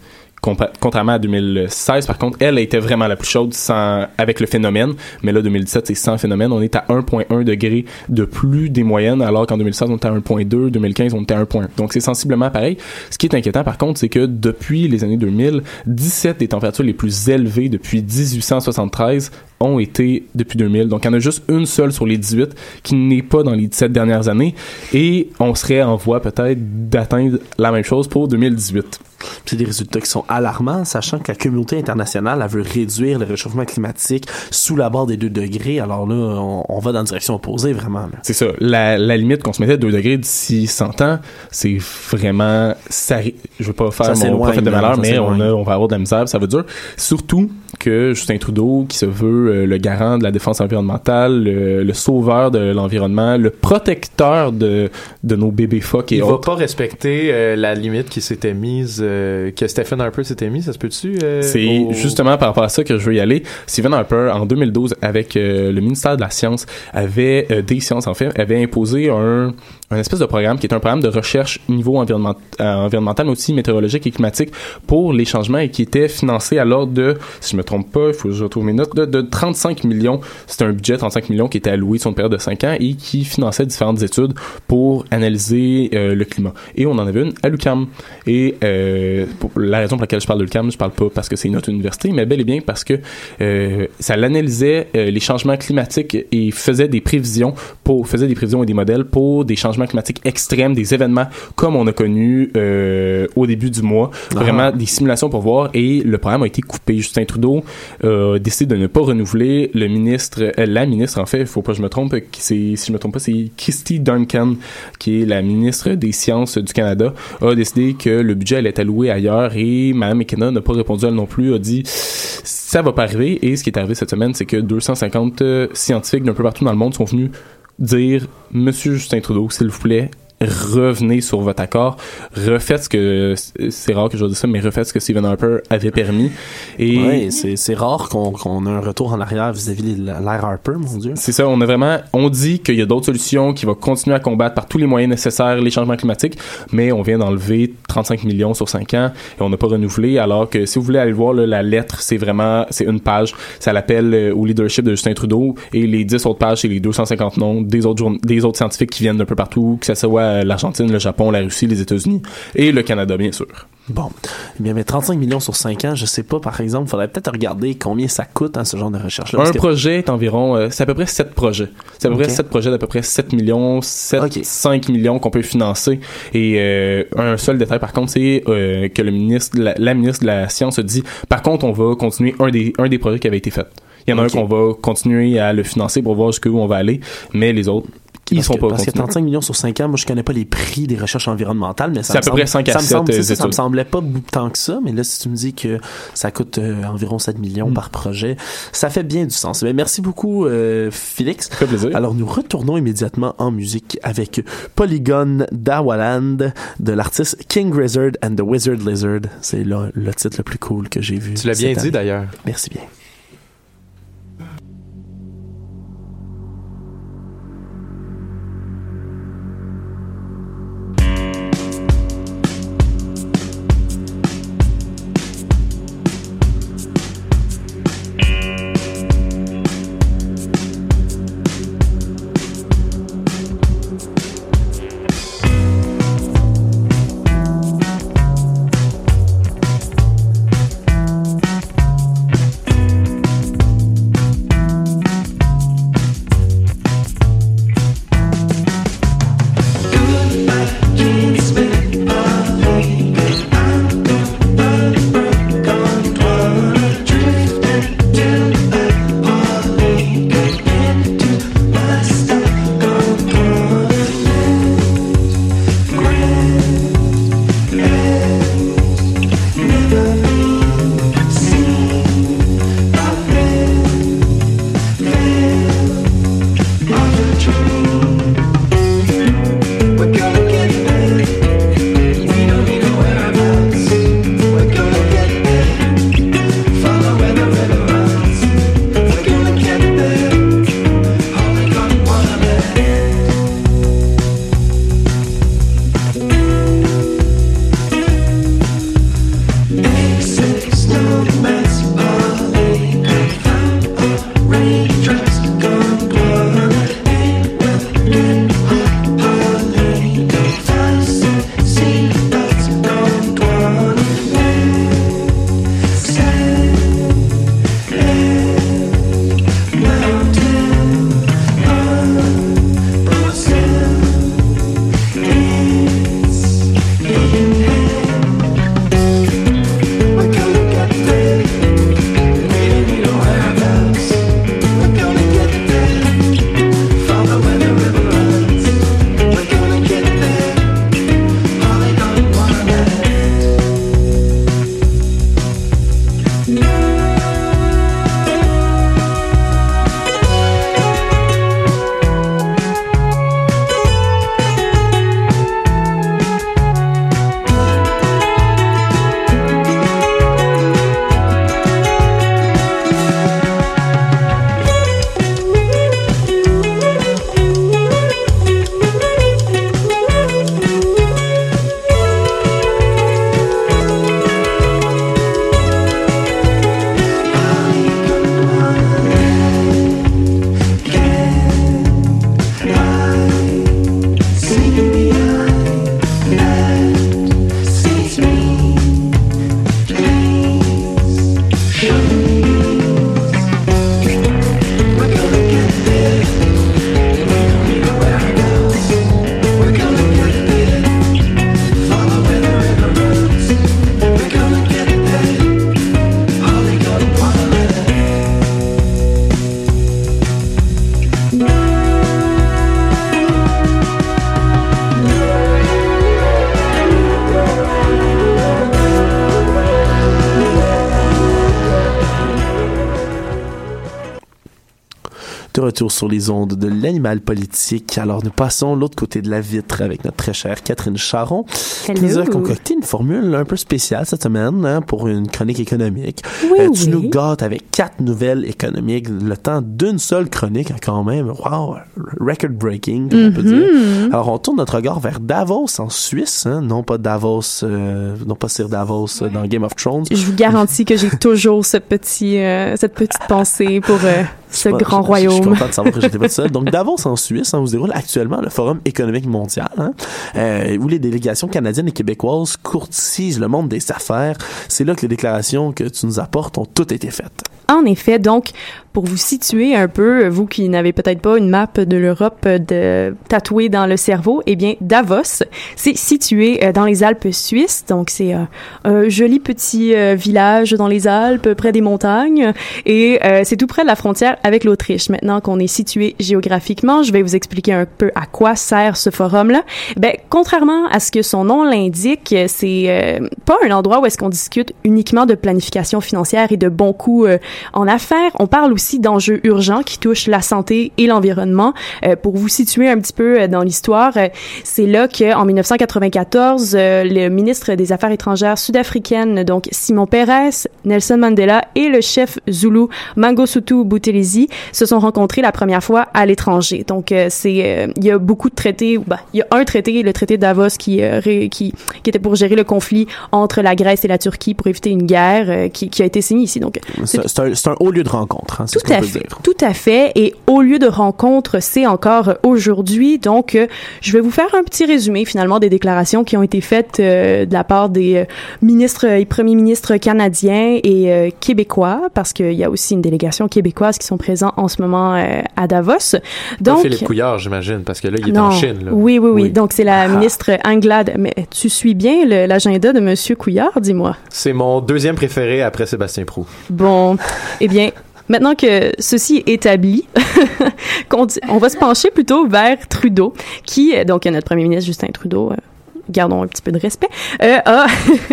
Compa- contrairement à deux mille seize, par contre, elle était vraiment la plus chaude sans, avec le phénomène. Mais là, deux mille dix-sept, c'est sans phénomène. On est à un virgule un degré de plus des moyennes, alors qu'en deux mille seize, on était à un virgule deux, deux mille quinze, on était à un virgule un. Donc, c'est sensiblement pareil. Ce qui est inquiétant, par contre, c'est que depuis les années deux mille, dix-sept des températures les plus élevées depuis dix-huit cent soixante-treize ont été depuis deux mille. Donc, il y en a juste une seule sur les dix-huit qui n'est pas dans les dix-sept dernières années. Et on serait en voie peut-être d'atteindre la même chose pour deux mille dix-huit. C'est des résultats qui sont alarmants, sachant que la communauté internationale elle veut réduire le réchauffement climatique sous la barre des deux degrés. Alors là, on, on va dans la direction opposée, vraiment. Là. C'est ça. La, la limite qu'on se mettait de deux degrés d'ici cent ans, c'est vraiment... Ça, je veux pas faire ça mon prophète de malheur, mais on, a, on va avoir de la misère, ça veut dire. Surtout que Justin Trudeau, qui se veut euh, le garant de la défense environnementale, le, le sauveur de l'environnement, le protecteur de, de nos bébés phoques et il autres. Il va pas respecter euh, la limite qui s'était mise, euh, que Stephen Harper s'était mise, ça se peut-tu? Euh, C'est au... justement par rapport à ça que je veux y aller. Stephen Harper, en deux mille douze, avec euh, le ministère de la Science, avait, euh, des sciences en fait, avait imposé un, un espèce de programme qui est un programme de recherche niveau environnement, euh, environnemental, mais aussi météorologique et climatique pour les changements et qui était financé à l'ordre de, si je me trompe pas, il faut que je retrouve mes notes, de, de trente-cinq millions. C'était un budget, trente-cinq millions qui était alloué sur une période de cinq ans et qui finançait différentes études pour analyser euh, le climat. Et on en avait une à l'U Q A M. Et euh, pour la raison pour laquelle je parle de l'U Q A M, je parle pas parce que c'est notre université, mais bel et bien parce que euh, ça l'analysait euh, les changements climatiques et faisait des prévisions pour faisait des prévisions et des modèles pour des changements climatiques extrêmes, des événements comme on a connu euh, au début du mois. Ah. Vraiment des simulations pour voir. Et le programme a été coupé. Justin Trudeau a décidé de ne pas renouveler. Le ministre, euh, la ministre en fait, il faut pas que je me trompe, c'est, si je me trompe pas, c'est Christy Duncan, qui est la ministre des Sciences du Canada, a décidé que le budget allait être alloué ailleurs et Mme McKenna n'a pas répondu elle non plus, a dit ça va pas arriver. Et ce qui est arrivé cette semaine, c'est que deux cent cinquante euh, scientifiques d'un peu partout dans le monde sont venus dire Monsieur Justin Trudeau, s'il vous plaît, revenez sur votre accord, refaites ce que, c'est rare que je dise ça, mais refaites ce que Stephen Harper avait permis. Et ouais, c'est, c'est rare qu'on, qu'on ait un retour en arrière vis-à-vis de l'ère Harper, mon Dieu. C'est ça, on a vraiment, on dit qu'il y a d'autres solutions, qu'il va continuer à combattre par tous les moyens nécessaires les changements climatiques, mais on vient d'enlever trente-cinq millions sur cinq ans et on n'a pas renouvelé, alors que si vous voulez aller voir là, la lettre, c'est vraiment, c'est une page, ça l'appelle euh, au leadership de Justin Trudeau et les dix autres pages, c'est les deux cent cinquante noms des autres, journ- des autres scientifiques qui viennent d'un peu partout, que ça soit l'Argentine, le Japon, la Russie, les États-Unis et le Canada, bien sûr. Bon. Eh bien, mais trente-cinq millions sur cinq ans, je sais pas, par exemple, il faudrait peut-être regarder combien ça coûte, hein, ce genre de recherche-là. Un que... projet est environ, euh, c'est à peu près sept projets. C'est à peu okay. près sept projets d'à peu près sept millions, sept, okay. cinq millions qu'on peut financer. Et euh, un seul détail, par contre, c'est euh, que le ministre, la, la ministre de la Science a dit, par contre, on va continuer un des, un des projets qui avait été fait. Il y en a okay. un qu'on va continuer à le financer pour voir jusqu'où on va aller, mais les autres, ils parce sont que, pas parce continués. que trente-cinq millions sur cinq ans, moi je connais pas les prix des recherches environnementales, mais ça c'est me à peu semble, près cinq à sept études. Ça, ça me semblait pas tant que ça, mais là si tu me dis que ça coûte euh, environ sept millions mm. par projet, ça fait bien du sens. Mais merci beaucoup euh, Félix. Ça fait plaisir. Alors nous retournons immédiatement en musique avec Polygon Dawaland de l'artiste King Gizzard and the Wizard Lizard. C'est là le titre le plus cool que j'ai vu. Tu l'as bien dit d'ailleurs. Merci bien. De retour sur les ondes de l'animal politique. Alors, nous passons de l'autre côté de la vitre avec notre très chère Catherine Charron, Hello. qui nous a concocté une formule un peu spéciale cette semaine hein, pour une chronique économique. Oui, euh, tu oui. nous gâtes avec quatre nouvelles économiques, le temps d'une seule chronique hein, quand même. Wow, record-breaking, comme Mm-hmm. on peut dire. Alors, on tourne notre regard vers Davos en Suisse, hein, non pas Davos, euh, non pas Sir Davos euh, dans Game of Thrones. Je vous garantis que j'ai toujours ce petit, euh, cette petite pensée pour euh, ce Je- grand je- royaume. Je suis content de savoir que j'étais pas seul. Donc, Davos en Suisse, hein, où se déroule actuellement le Forum économique mondial, hein, euh, où les délégations canadiennes et québécoises courtisent le monde des affaires. C'est là que les déclarations que tu nous apportes ont toutes été faites. En effet, donc, pour vous situer un peu, vous qui n'avez peut-être pas une map de l'Europe de tatouée dans le cerveau, eh bien, Davos, c'est situé euh, dans les Alpes suisses. Donc, c'est euh, un joli petit euh, village dans les Alpes, près des montagnes. Et euh, c'est tout près de la frontière avec l'Autriche. Maintenant qu'on est situé géographiquement, je vais vous expliquer un peu à quoi sert ce forum-là. Ben, contrairement à ce que son nom l'indique, c'est euh, pas un endroit où est-ce qu'on discute uniquement de planification financière et de bons coups euh, en affaires. On parle aussi d'enjeux urgents qui touchent la santé et l'environnement. Euh, pour vous situer un petit peu euh, dans l'histoire, euh, c'est là qu'en dix-neuf cent quatre-vingt-quatorze, euh, le ministre des Affaires étrangères sud-africaine, donc Simon Peres, Nelson Mandela et le chef Zulu Mangosuthu Buthelezi se sont rencontrés la première fois à l'étranger. Donc, euh, c'est euh, il y a beaucoup de traités. Ben, il y a un traité, le traité de Davos, qui, euh, ré, qui qui était pour gérer le conflit entre la Grèce et la Turquie pour éviter une guerre, euh, qui, qui a été signé ici. Donc, C'est, c'est, un, c'est un haut lieu de rencontre, hein, c'est tout ce qu'on à peut fait, dire. tout à fait. Et au lieu de rencontre, c'est encore aujourd'hui. Donc, euh, je vais vous faire un petit résumé finalement des déclarations qui ont été faites euh, de la part des euh, ministres et premiers ministres canadiens et euh, québécois, parce qu'il y a aussi une délégation québécoise qui sont présents en ce moment euh, à Davos. Donc, Donc, Philippe Couillard, j'imagine, parce que là, il est non. en Chine. Là. Oui, oui, oui, Oui. Donc, c'est la Ah. ministre Anglade. Mais tu suis bien le- l'agenda de Monsieur Couillard, dis-moi. C'est mon deuxième préféré après Sébastien Proulx. Bon, eh bien, maintenant que ceci est établi, qu'on dit- on va se pencher plutôt vers Trudeau, qui, euh, donc notre premier ministre Justin Trudeau, euh, gardons un petit peu de respect, euh, a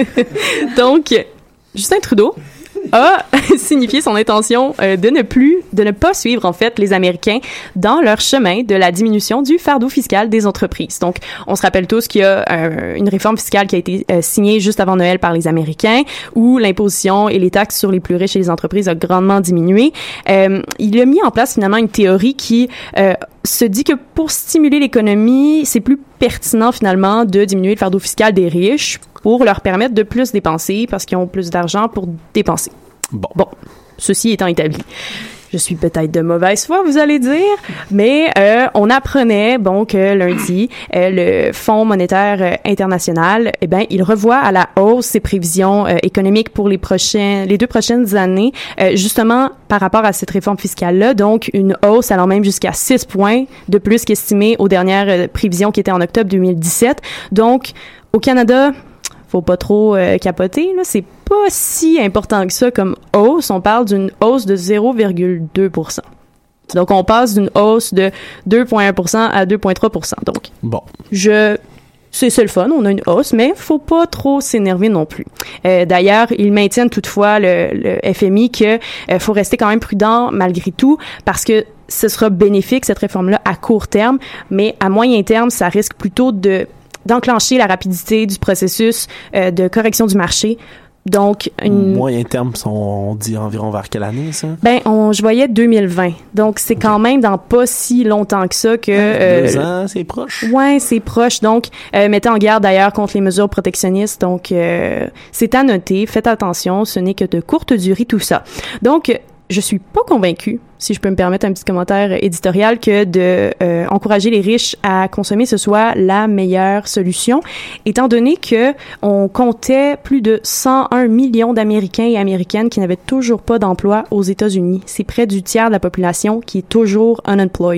donc Justin Trudeau a signifié son intention euh, de ne plus, de ne pas suivre en fait les Américains dans leur chemin de la diminution du fardeau fiscal des entreprises. Donc, on se rappelle tous qu'il y a euh, une réforme fiscale qui a été euh, signée juste avant Noël par les Américains, où l'imposition et les taxes sur les plus riches et les entreprises a grandement diminué. Euh, il a mis en place finalement une théorie qui euh, se dit que pour stimuler l'économie, c'est plus pertinent finalement de diminuer le fardeau fiscal des riches pour leur permettre de plus dépenser parce qu'ils ont plus d'argent pour dépenser. Bon. Bon, ceci étant établi. Je suis peut-être de mauvaise foi, vous allez dire, mais euh, on apprenait bon que lundi, euh, le Fonds monétaire euh, international, eh ben, il revoit à la hausse ses prévisions euh, économiques pour les prochains, les deux prochaines années, euh, justement par rapport à cette réforme fiscale-là. Donc, une hausse allant même jusqu'à six points de plus qu'estimée aux dernières euh, prévisions qui étaient en octobre deux mille dix-sept. Donc, au Canada, faut pas trop euh, capoter, là. C'est pas si important que ça comme hausse. On parle d'une hausse de zéro virgule deux pour cent. Donc, on passe d'une hausse de deux virgule un pour cent à deux virgule trois pour cent. Donc, Bon. je... C'est, c'est le fun, on a une hausse, mais faut pas trop s'énerver non plus. Euh, d'ailleurs, ils maintiennent toutefois, le, le F M I, que euh, faut rester quand même prudent malgré tout, parce que ce sera bénéfique, cette réforme-là, à court terme, mais à moyen terme, ça risque plutôt de d'enclencher la rapidité du processus euh, de correction du marché. Donc, une... Moyen terme, on, on dit environ vers quelle année, ça? Ben, on, je voyais deux mille vingt. Donc, c'est quand même dans pas si longtemps que ça que... Deux euh, ans, c'est proche. Ouais, c'est proche. Donc, euh, mettez en garde d'ailleurs contre les mesures protectionnistes. Donc, euh, c'est à noter. Faites attention. Ce n'est que de courte durée, tout ça. Donc, je suis pas convaincue, si je peux me permettre un petit commentaire éditorial, que de euh, encourager les riches à consommer ce soit la meilleure solution, étant donné que on comptait plus de cent un millions d'Américains et Américaines qui n'avaient toujours pas d'emploi aux États-Unis. C'est près du tiers de la population qui est toujours unemployed.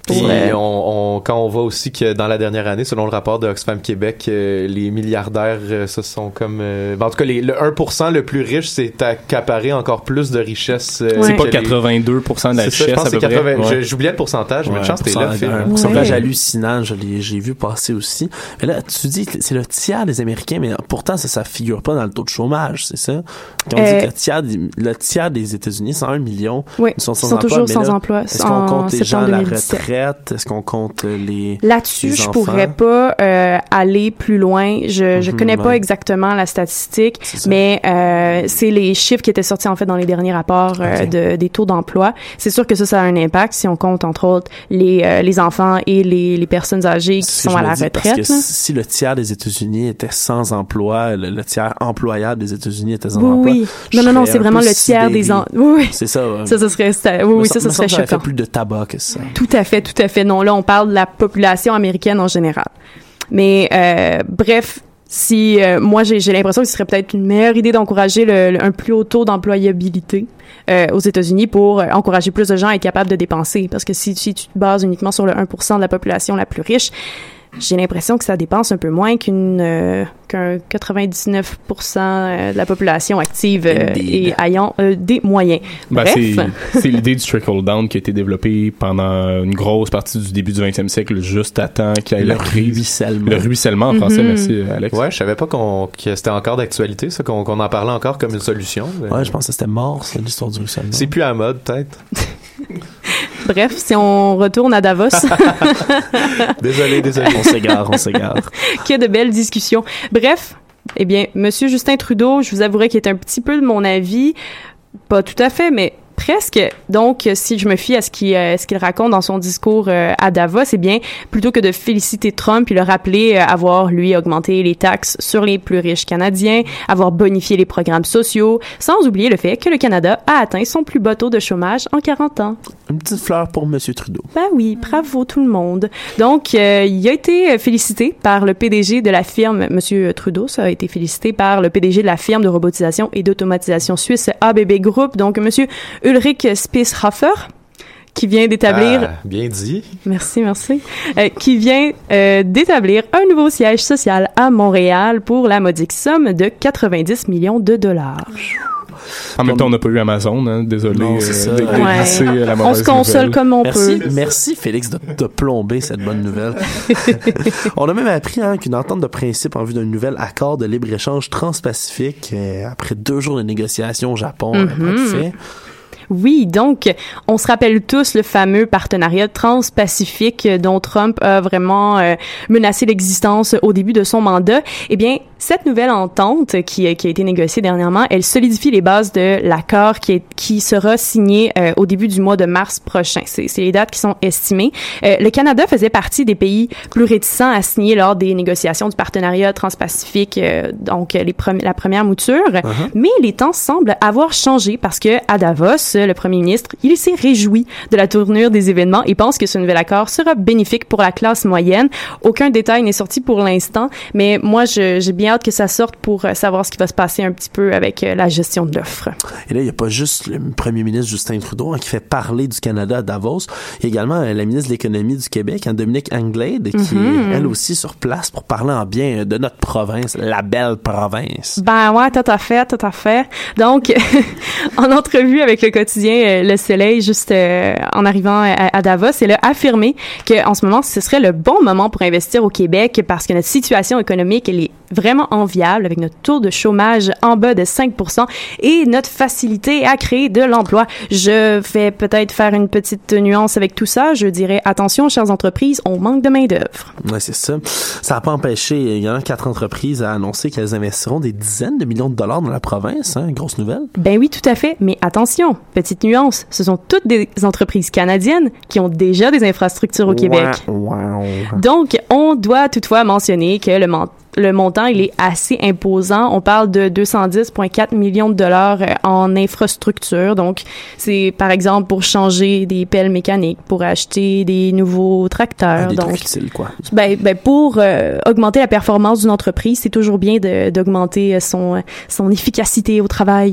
Puis Pour, euh, on, on, quand on voit aussi que dans la dernière année, selon le rapport de Oxfam Québec, euh, les milliardaires, euh, ce sont comme... Euh, ben, en tout cas, les, le un pour cent le plus riche, c'est accaparé encore plus de richesse. Euh, C'est pas que quatre-vingt-deux pour cent de la les... richesse, ça, je pense à peu que c'est quatre-vingts... près. Ouais. J'oubliais le pourcentage, mais Ouais, une chance, t'es là, Phil. un pourcentage Ouais. hallucinant, je l'ai, j'ai vu passer aussi. Mais là, tu dis que c'est le tiers des Américains, mais pourtant, ça, ça figure pas dans le taux de chômage, c'est ça? Quand on Euh, dit que le tiers, des, le tiers des États-Unis, cent un million, Oui, ils sont sans ils sont emploi. toujours mais sans là, emploi. Est-ce qu'on en compte les gens à septembre la deux mille dix-sept. retraite? Est-ce qu'on compte les Là-dessus, les je enfants? pourrais pas euh, aller plus loin. Je je Mhm, connais pas ouais. exactement la statistique, C'est ça. mais euh, c'est les chiffres qui étaient sortis en fait dans les derniers rapports euh, Ok. de, des taux d'emploi. C'est sûr que ça, ça a un impact si on compte entre autres les euh, les enfants et les les personnes âgées qui C'est ce que sont je à me la dis, retraite. Parce que là. si le tiers des États-Unis était sans emploi, le, le tiers employable des États-Unis était sans Oui, emploi. oui. je Non, non, non, serais c'est un vraiment peu le tiers des sidéré. en... Oui, oui. C'est ça. ouais. Ça, ça serait, ça- oui, Me oui, sem- ça, ça me serait semble que ça choquant. fait plus de tabac que ça. Tout à fait, tout à fait. Non, là, on parle de la population américaine en général. Mais euh, bref, si euh, moi j'ai j'ai l'impression que ce serait peut-être une meilleure idée d'encourager le, le- un plus haut taux d'employabilité euh, aux États-Unis pour euh, encourager plus de gens à être capables de dépenser. Parce que si, si tu te bases uniquement sur le un pour cent de la population la plus riche, j'ai l'impression que ça dépense un peu moins qu'une euh, qu'un quatre-vingt-dix-neuf pour cent de la population active euh, Indeed. et ayant euh, des moyens. Ben, Bref. c'est, c'est l'idée du trickle-down qui a été développée pendant une grosse partie du début du vingtième siècle, juste à temps qu'il y ait Le la crise. ruissellement. Le ruissellement en français, Mhm. merci euh, Alex. Ouais, je savais pas qu'on, que c'était encore d'actualité, ça, qu'on, qu'on en parlait encore comme une solution. Ouais, je pense que c'était mort, ça, l'histoire du ruissellement. C'est plus à la mode, peut-être. Bref, si on retourne à Davos, Désolé, désolé. On s'égare, on s'égare. que de belles discussions. Bref, eh bien, Monsieur Justin Trudeau, je vous avouerai qu'il est un petit peu de mon avis, pas tout à fait, mais presque. Donc, si je me fie à ce qu'il euh, ce qu'il raconte dans son discours euh, à Davos, eh bien, plutôt que de féliciter Trump et le rappeler euh, avoir, lui, augmenté les taxes sur les plus riches Canadiens, avoir bonifié les programmes sociaux, sans oublier le fait que le Canada a atteint son plus bas taux de chômage en quarante ans. Une petite fleur pour Monsieur Trudeau. Ben oui, bravo tout le monde. Donc, euh, il a été félicité par le P D G de la firme, Monsieur Trudeau, ça a été félicité par le P D G de la firme de robotisation et d'automatisation suisse A B B Group, donc Monsieur Ulrich Spiesshofer, qui vient d'établir... Ah, bien dit. Merci, merci. Euh, qui vient euh, d'établir un nouveau siège social à Montréal pour la modique somme de quatre-vingt-dix millions de dollars. En même temps, on n'a pas eu Amazon, hein, désolé Non, c'est ça. de, de Ouais. glisser la On mauvaise se console nouvelle. comme on Merci, peut. merci Félix de, de plomber cette bonne nouvelle. On a même appris hein, qu'une entente de principe en vue d'un nouvel accord de libre-échange transpacifique, euh, après deux jours de négociations au Japon, Mhm. n'a pas de fait. Oui, donc, on se rappelle tous le fameux partenariat transpacifique dont Trump a vraiment euh, menacé l'existence au début de son mandat. Eh bien, cette nouvelle entente qui, qui a été négociée dernièrement, elle solidifie les bases de l'accord qui, est, qui sera signé euh, au début du mois de mars prochain. C'est, c'est les dates qui sont estimées. Euh, le Canada faisait partie des pays plus réticents à signer lors des négociations du partenariat transpacifique, euh, donc les premi- la première mouture. Uh-huh. Mais les temps semblent avoir changé parce que à Davos, le premier ministre, il s'est réjoui de la tournure des événements et pense que ce nouvel accord sera bénéfique pour la classe moyenne. Aucun détail n'est sorti pour l'instant, mais moi, je, j'ai bien hâte que ça sorte pour savoir ce qui va se passer un petit peu avec la gestion de l'offre. Et là, il n'y a pas juste le premier ministre Justin Trudeau hein, qui fait parler du Canada à Davos. Il y a également euh, la ministre de l'Économie du Québec, hein, Dominique Anglade, qui Mm-hmm. est elle aussi sur place pour parler en bien de notre province, la belle province. Ben ouais, tout à fait, tout à fait. Donc, en entrevue avec le quotidien euh, Le Soleil, juste euh, en arrivant à, à Davos, elle a affirmé qu'en ce moment, ce serait le bon moment pour investir au Québec parce que notre situation économique, elle est vraiment enviable avec notre taux de chômage en bas de cinq pour cent et notre facilité à créer de l'emploi. Je vais peut-être faire une petite nuance avec tout ça. Je dirais, attention, chères entreprises, on manque de main-d'œuvre. Ouais, c'est ça. Ça n'a pas empêché également quatre entreprises à annoncer qu'elles investiront des dizaines de millions de dollars dans la province. Hein, grosse nouvelle. Ben oui, tout à fait. Mais attention, petite nuance, ce sont toutes des entreprises canadiennes qui ont déjà des infrastructures au Québec. Wow. Donc, on doit toutefois mentionner que le, man- le montant, il est assez imposant. On parle de deux cent dix virgule quatre millions de dollars euh, en infrastructure. Donc, c'est par exemple pour changer des pelles mécaniques, pour acheter des nouveaux tracteurs. Ah, des Donc, trucs utiles, quoi. ben, ben pour euh, augmenter la performance d'une entreprise, c'est toujours bien de, d'augmenter son, son efficacité au travail.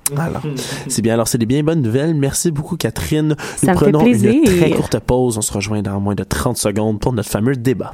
Alors, c'est bien. Alors, c'est des bien bonnes nouvelles. Merci beaucoup, Catherine. Ça Nous me fait prenons plaisir. une très courte pause. On se rejoint dans moins de trente secondes pour notre fameux débat.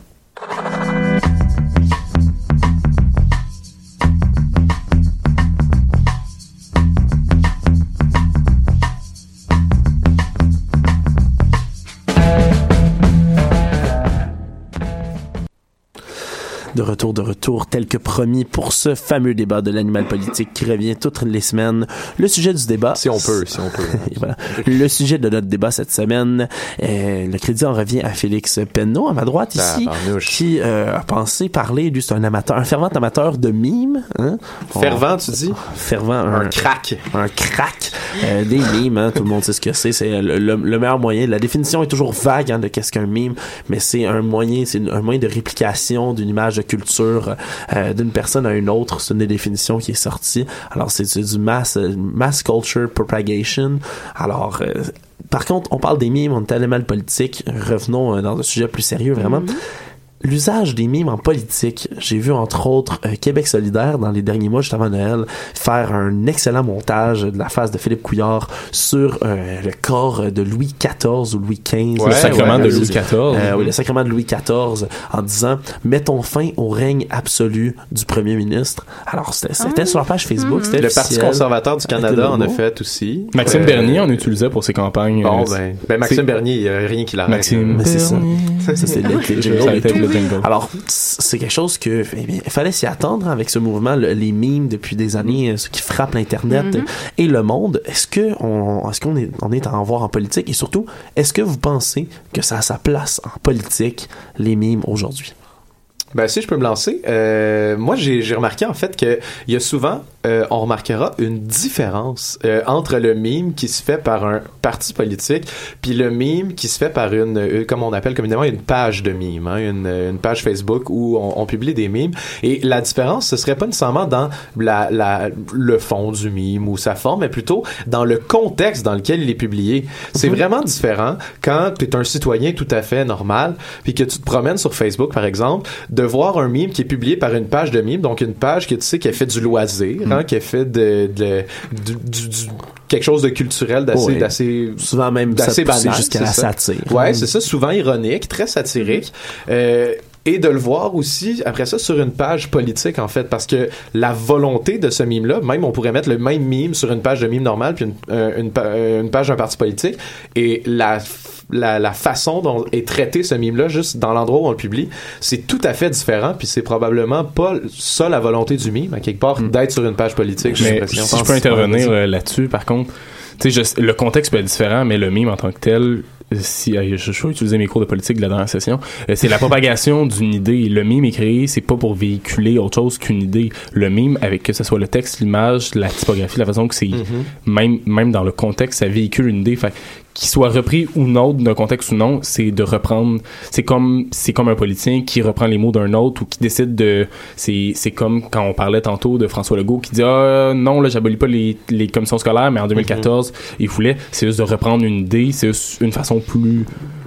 De retour, de retour, tel que promis pour ce fameux débat de l'animal politique qui revient toutes les semaines. Le sujet du débat... Si on peut, si on peut. Et voilà. Le sujet de notre débat cette semaine, euh, le crédit en revient à Félix Penneau, à ma droite ici, Ah, qui euh, a pensé parler, lui c'est un amateur, un fervent amateur de mimes. Hein? Fervent, On- tu dis? Fervent. Un Un, crack. un crack euh, des mimes, hein, tout le monde sait ce que c'est. C'est le, le, le meilleur moyen. La définition est toujours vague hein, de qu'est-ce qu'un mime, mais c'est un moyen, c'est un moyen de réplication d'une image de culture euh, d'une personne à une autre. C'est une des définitions qui est sortie. Alors c'est, c'est du mass mass culture propagation. Alors euh, par contre, on parle des mimes, on est tellement politique. Revenons euh, dans un sujet plus sérieux, vraiment. Mm-hmm. L'usage des mimes en politique, j'ai vu entre autres euh, Québec solidaire dans les derniers mois juste avant Noël faire un excellent montage de la face de Philippe Couillard sur euh, le corps de Louis quatorze ou Louis quinze. Ouais, le sacrement ouais, de Louis quatorze. Euh, oui, le sacrement de Louis quatorze en disant « Mettons fin au règne absolu du premier ministre ». Alors, c'était, c'était Ah. sur leur page Facebook, c'était Le Parti officiel. conservateur du Canada en a fait aussi. Maxime Euh, Bernier en utilisait pour ses campagnes. Bon, euh, ben, ben Maxime c'est- Bernier, il n'y a rien qui l'arrête. Maxime Mais c'est ça. Bernier. Ça, c'est le, le jingle Ça a et été tout. le jingle. Alors, c'est quelque chose que eh bien, il fallait s'y attendre hein, avec ce mouvement, le- les memes depuis des années, euh, ce qui frappe l'internet Mm-hmm. et le monde. Est-ce que on, est-ce qu'on est, on est à en voir en politique et surtout, est-ce que vous pensez que ça a sa place en politique les memes aujourd'hui? Ben si je peux me lancer, euh, moi j'ai, j'ai remarqué en fait que il y a souvent, euh, on remarquera une différence euh, entre le meme qui se fait par un parti politique puis le meme qui se fait par une, euh, comme on appelle communément une page de meme, hein, une, une page Facebook où on, on publie des memes. Et la différence, ce serait pas nécessairement dans la, la, le fond du meme ou sa forme, mais plutôt dans le contexte dans lequel il est publié. C'est vraiment différent quand tu es un citoyen tout à fait normal puis que tu te promènes sur Facebook par exemple, de voir un meme qui est publié par une page de meme, donc une page que tu sais qui a fait du loisir, hein, qui a fait de, de, du, du, du quelque chose de culturel d'assez Ouais. d'assez Souvent même d'assez ça poussé banal, jusqu'à c'est la ça. satire. Ouais, c'est ça, souvent ironique, très satirique. Euh, et de le voir aussi, après ça, sur une page politique, en fait, parce que la volonté de ce meme-là, même on pourrait mettre le même meme sur une page de meme normale puis une, euh, une, pa- une page d'un parti politique, et la La, la façon dont est traité ce meme-là, juste dans l'endroit où on le publie, c'est tout à fait différent, puis c'est probablement pas ça la volonté du meme, à quelque part, Mm. d'être sur une page politique, j'ai Mais l'impression. si je peux intervenir euh, là-dessus, par contre, tu sais, je- le contexte peut être différent, mais le meme en tant que tel, si euh, je, je vais utiliser mes cours de politique de la dernière session, euh, c'est la propagation d'une idée. Le meme est créé, c'est pas pour véhiculer autre chose qu'une idée. Le meme, avec que ce soit le texte, l'image, la typographie, la façon que c'est, Mm-hmm. même même dans le contexte, ça véhicule une idée. Fait qu'il soit repris ou non d'un contexte ou non, c'est de reprendre. C'est comme c'est comme un politicien qui reprend les mots d'un autre ou qui décide de. C'est c'est comme quand on parlait tantôt de François Legault qui dit ah non là j'abolis pas les les commissions scolaires, mais en deux mille quatorze Mm-hmm. il voulait. C'est juste de reprendre une idée, c'est juste une façon plus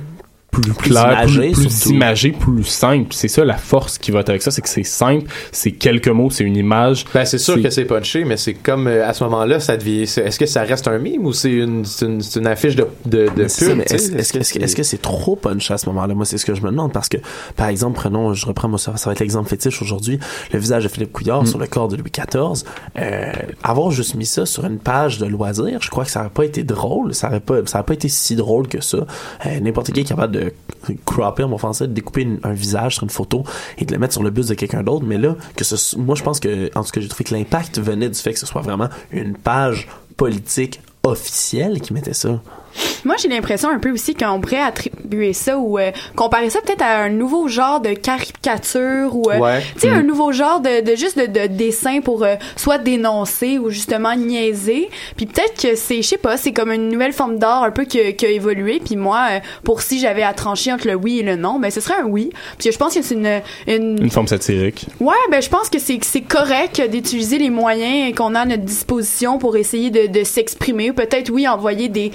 plus Plus claire, imagée, plus, plus surtout. imagée, plus simple. C'est ça la force qui va être avec ça, c'est que c'est simple, c'est quelques mots, c'est une image. Ben, c'est sûr C'est- que c'est punché, mais c'est comme, euh, à ce moment-là, ça devient, c'est- est-ce que ça reste un meme ou c'est une, c'est une, c'est une affiche de, de, de Mais c'est ça, pub, mais tu est-ce, sais? est-ce que, est-ce, que, est-ce que c'est trop punch à ce moment-là? Moi, c'est ce que je me demande parce que, par exemple, prenons, je reprends, moi, ça, ça va être l'exemple fétiche aujourd'hui, le visage de Philippe Couillard Mm. sur le corps de Louis quatorze. Euh, avoir juste mis ça sur une page de loisirs, je crois que ça aurait pas été drôle, ça aurait pas, ça aurait pas été si drôle que ça. Euh, n'importe qui est capable de cropper, en mon français, de découper une- un visage sur une photo et de le mettre sur le buste de quelqu'un d'autre, mais là, que ce, moi, je pense que, en tout cas, j'ai trouvé que l'impact venait du fait que ce soit vraiment une page politique officielle qui mettait ça. Moi, j'ai l'impression un peu aussi qu'on pourrait attribuer ça ou euh, comparer ça peut-être à un nouveau genre de caricature ou, euh, Ouais. tu sais, Mm. un nouveau genre de, de juste de, de dessin pour euh, soit dénoncer ou justement niaiser. Puis peut-être que c'est, je sais pas, c'est comme une nouvelle forme d'art un peu qui, qui a évolué. Puis moi, euh, pour si j'avais à trancher entre le oui et le non, ben ce serait un oui. Puis je pense que c'est une, une, Une forme satirique. Ouais, ben je pense que c'est c'est correct d'utiliser les moyens qu'on a à notre disposition pour essayer de, de s'exprimer. Peut-être oui, envoyer des des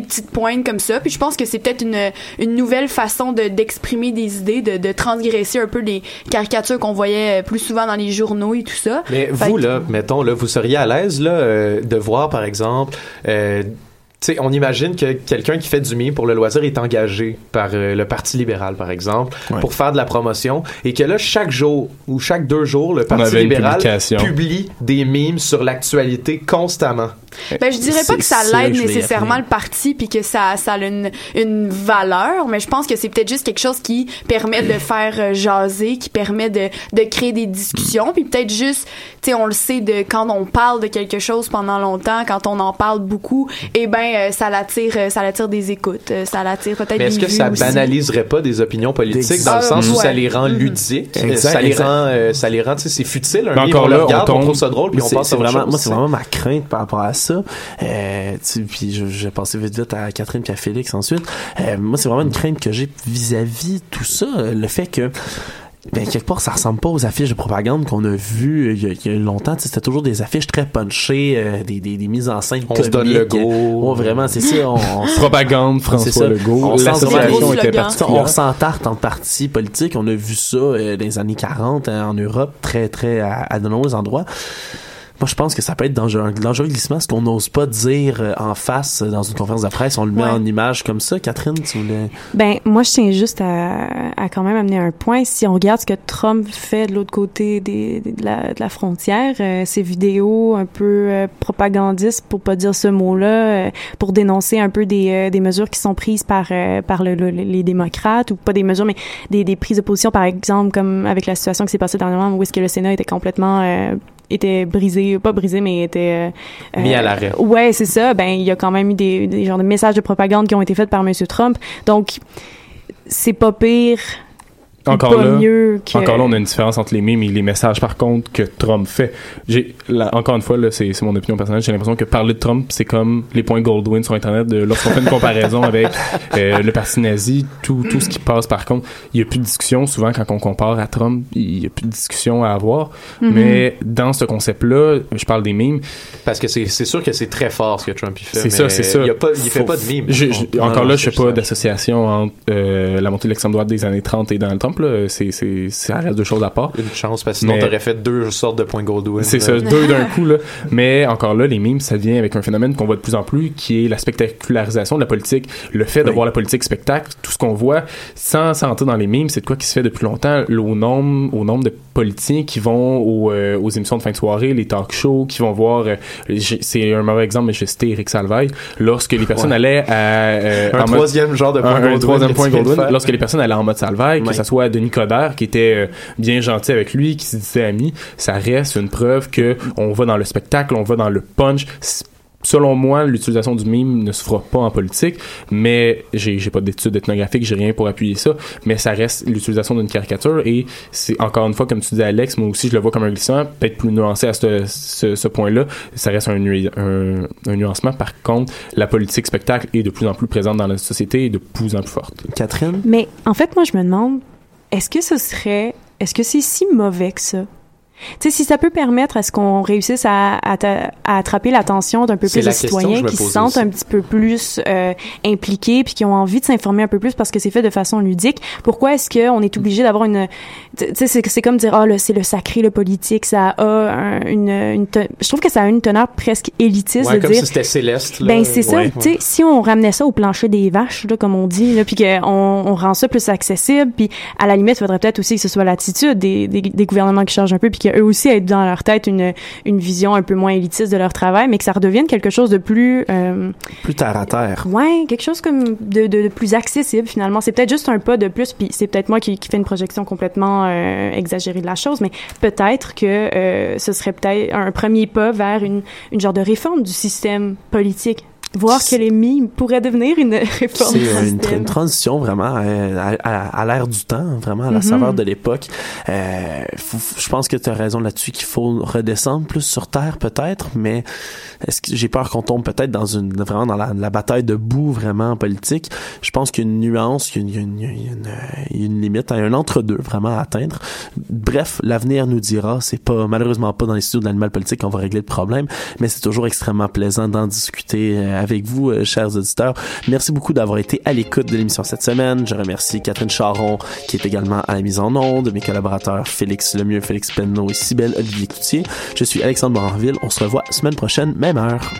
petites pointes comme ça. Puis je pense que c'est peut-être une, une nouvelle façon de, d'exprimer des idées, de, de transgresser un peu les caricatures qu'on voyait plus souvent dans les journaux et tout ça. Mais Fait vous, que- là, mettons, là, vous seriez à l'aise là, euh, de voir, par exemple, euh, tu sais, on imagine que quelqu'un qui fait du mime pour le loisir est engagé par euh, le Parti libéral, par exemple, Ouais. pour faire de la promotion, et que là, chaque jour ou chaque deux jours, le Parti avait une libéral publication. publie des mimes sur l'actualité constamment. Ben, je dirais pas C'est- que ça c'est là l'aide que je voulais y nécessairement venir. le parti puis que ça, ça a une, une valeur, mais je pense que c'est peut-être juste quelque chose qui permet de faire euh, jaser, qui permet de, de créer des discussions, puis peut-être juste, tu sais, on le sait, de quand on parle de quelque chose pendant longtemps, quand on en parle beaucoup, eh ben, euh, ça l'attire, euh, ça l'attire des écoutes, euh, ça l'attire peut-être Mais des est-ce que vues ça aussi. banaliserait pas des opinions politiques dans le Ah, sens où ouais. ça les rend Mhm. ludiques, euh, Exact, ça les exact. rend, euh, ça les rend, tu sais, c'est futile, un Mais livre, encore on là, le on regarde, on, tombe- trouve ça drôle, puis Moi, on c'est- passe c'est à autre vraiment, chose, moi, c'est tu sais. vraiment ma crainte par rapport à ça. Euh, tu- puis je, je vais passer vite vite à Catherine puis à Félix ensuite. Euh, moi, c'est vraiment une crainte que j'ai vis-à-vis de tout ça. euh, Le fait que ben, quelque part, ça ressemble pas aux affiches de propagande qu'on a vues euh, il y a, il y a longtemps. Tu sais, c'était toujours des affiches très punchées, euh, des, des, des mises en scène On se donne le comiques. go. Ouais, vraiment, c'est ça. On, on s- Propagande, C'est François ça. Legault. On sent L'association vraiment- était Gros slogan. on particulière. s'entarte entre partis politiques. On a vu ça euh, dans les années quarante hein, en Europe, très, très à, à de nombreux endroits. Moi, je pense que ça peut être dangereux, un dangereux glissement, ce qu'on n'ose pas dire euh, en face euh, dans une conférence de presse. On le met Ouais. en image comme ça. Catherine, tu voulais... Ben, moi, je tiens juste à, à quand même amener un point. Si on regarde ce que Trump fait de l'autre côté des, de, la, de la frontière, euh, ces vidéos un peu euh, propagandistes, pour pas dire ce mot-là, euh, pour dénoncer un peu des, euh, des mesures qui sont prises par, euh, par le, le- les démocrates, ou pas des mesures, mais des, des prises de position, par exemple, comme avec la situation qui s'est passée dernièrement, où est-ce que le Sénat était complètement... Euh, était brisé, pas brisé, mais était... euh, Mis à l'arrêt. Ouais, c'est ça. Ben, il y a quand même eu des, des genres de messages de propagande qui ont été faits par M. Trump. Donc, c'est pas pire, Encore pas là, mieux que... Encore là, on a une différence entre les mimes et les messages, par contre, que Trump fait. J'ai, là, encore une fois, là, c'est, c'est mon opinion personnelle. J'ai l'impression que parler de Trump, c'est comme les points Goldwyn sur Internet. De, lorsqu'on fait une comparaison avec euh, le parti nazi, tout, tout ce qui passe, par contre, il n'y a plus de discussion. Souvent, quand on compare à Trump, il n'y a plus de discussion à avoir. Mhm. Mais dans ce concept-là, je parle des mimes. Parce que c'est, c'est sûr que c'est très fort ce que Trump il fait. C'est mais ça, c'est ça. Il, y a pas, il fait Faut- pas de mime. Je, je- Non, encore non, là, c'est je fais ça. pas d'association entre euh, la montée de l'extrême droite des années trente et Donald Trump. Là. C'est, c'est, ça reste deux choses à part. Une chance, parce que sinon Mais- t'aurais fait deux sortes de points Goldwyn. C'est là. ça, deux d'un coup, là. Mais encore là, les mimes, ça vient avec un phénomène qu'on voit de plus en plus, qui est la spectacularisation de la politique. Le fait de Oui. voir la politique spectacle, tout ce qu'on voit, sans s'entrer dans les mimes, c'est de quoi qui se fait depuis longtemps, au nombre, au nombre de politiciens qui vont aux, euh, aux émissions de fin de soirée, les talk shows, qui vont voir, euh, j'ai- c'est un mauvais exemple, mais j'ai cité Éric Salvaille, lorsque les personnes Ouais. allaient à... euh, Un en mode- troisième genre de point un, un Goldwyn. troisième que point tu viens de Goldwyn, faire. lorsque les personnes allaient en mode Salvaille, que Ouais. ça soit Denis Coderre qui était euh, bien gentil avec lui, qui se disait ami, ça reste une preuve que on va dans le spectacle, on va dans le punch. C- Selon moi, l'utilisation du mime ne se fera pas en politique, mais j'ai, j'ai pas d'études ethnographiques, j'ai rien pour appuyer ça, mais ça reste l'utilisation d'une caricature et c'est encore une fois, comme tu dis Alex, moi aussi je le vois comme un glissement, peut-être plus nuancé à ce, ce, ce point-là, ça reste un, nu- un, un nuancement. Par contre, la politique spectacle est de plus en plus présente dans la société et de plus en plus forte. Catherine? Mais en fait, moi, je me demande, est-ce que ce serait... Est-ce que c'est si mauvais que ça? Tu sais, si ça peut permettre à ce qu'on réussisse à, à, ta- à attraper l'attention d'un peu C'est plus la de question que citoyens je me qui se pose sentent aussi. un petit peu plus euh, impliqués puis qui ont envie de s'informer un peu plus parce que c'est fait de façon ludique, pourquoi est-ce qu'on est obligé d'avoir une... Tu sais, c'est, c'est comme dire, ah, là, c'est le sacré, le politique, ça a un- une... une te- je trouve que ça a une teneur presque élitiste Ouais, de comme dire... si c'était Céleste. Là. Ben c'est ça, Ouais. tu sais, si on ramenait ça au plancher des vaches, là, comme on dit, là, puis qu'on on rend ça plus accessible, puis à la limite, il faudrait peut-être aussi que ce soit l'attitude des, des, des gouvernements qui changent un peu, puis qu'eux aussi aient dans leur tête une, une vision un peu moins élitiste de leur travail, mais que ça redevienne quelque chose de plus... Euh, Plus terre à terre. ouais, quelque chose comme de, de, de plus accessible, finalement. C'est peut-être juste un pas de plus, puis c'est peut-être moi qui, qui fais une projection complètement euh, exagérée de la chose, mais peut-être que euh, ce serait peut-être un premier pas vers une, une genre de réforme du système politique. Voir que les mimes pourraient devenir une réforme C'est du euh, une, système. une transition vraiment euh, à, à, à l'ère du temps, vraiment à la Mhm. saveur de l'époque. Euh, faut- je pense que tu as raison là-dessus qu'il faut redescendre plus sur terre peut-être, mais est-ce que j'ai peur qu'on tombe peut-être dans une vraiment dans la, la bataille de boue vraiment politique. Je pense qu'il y a une nuance, il y a une, il y a une, il y a une, il y a une limite, un entre-deux vraiment à atteindre. Bref, l'avenir nous dira. C'est pas malheureusement pas dans les studios de l'animal politique qu'on va régler le problème, mais c'est toujours extrêmement plaisant d'en discuter euh, avec vous, euh, chers auditeurs. Merci beaucoup d'avoir été à l'écoute de l'émission cette semaine. Je remercie Catherine Charon, qui est également à la mise en onde, mes collaborateurs Félix Lemieux, Félix Penneau et Cybèle Olivier Coutier. Je suis Alexandre Moranville. On se revoit semaine prochaine, même heure.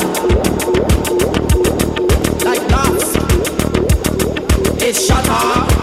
It's shut up.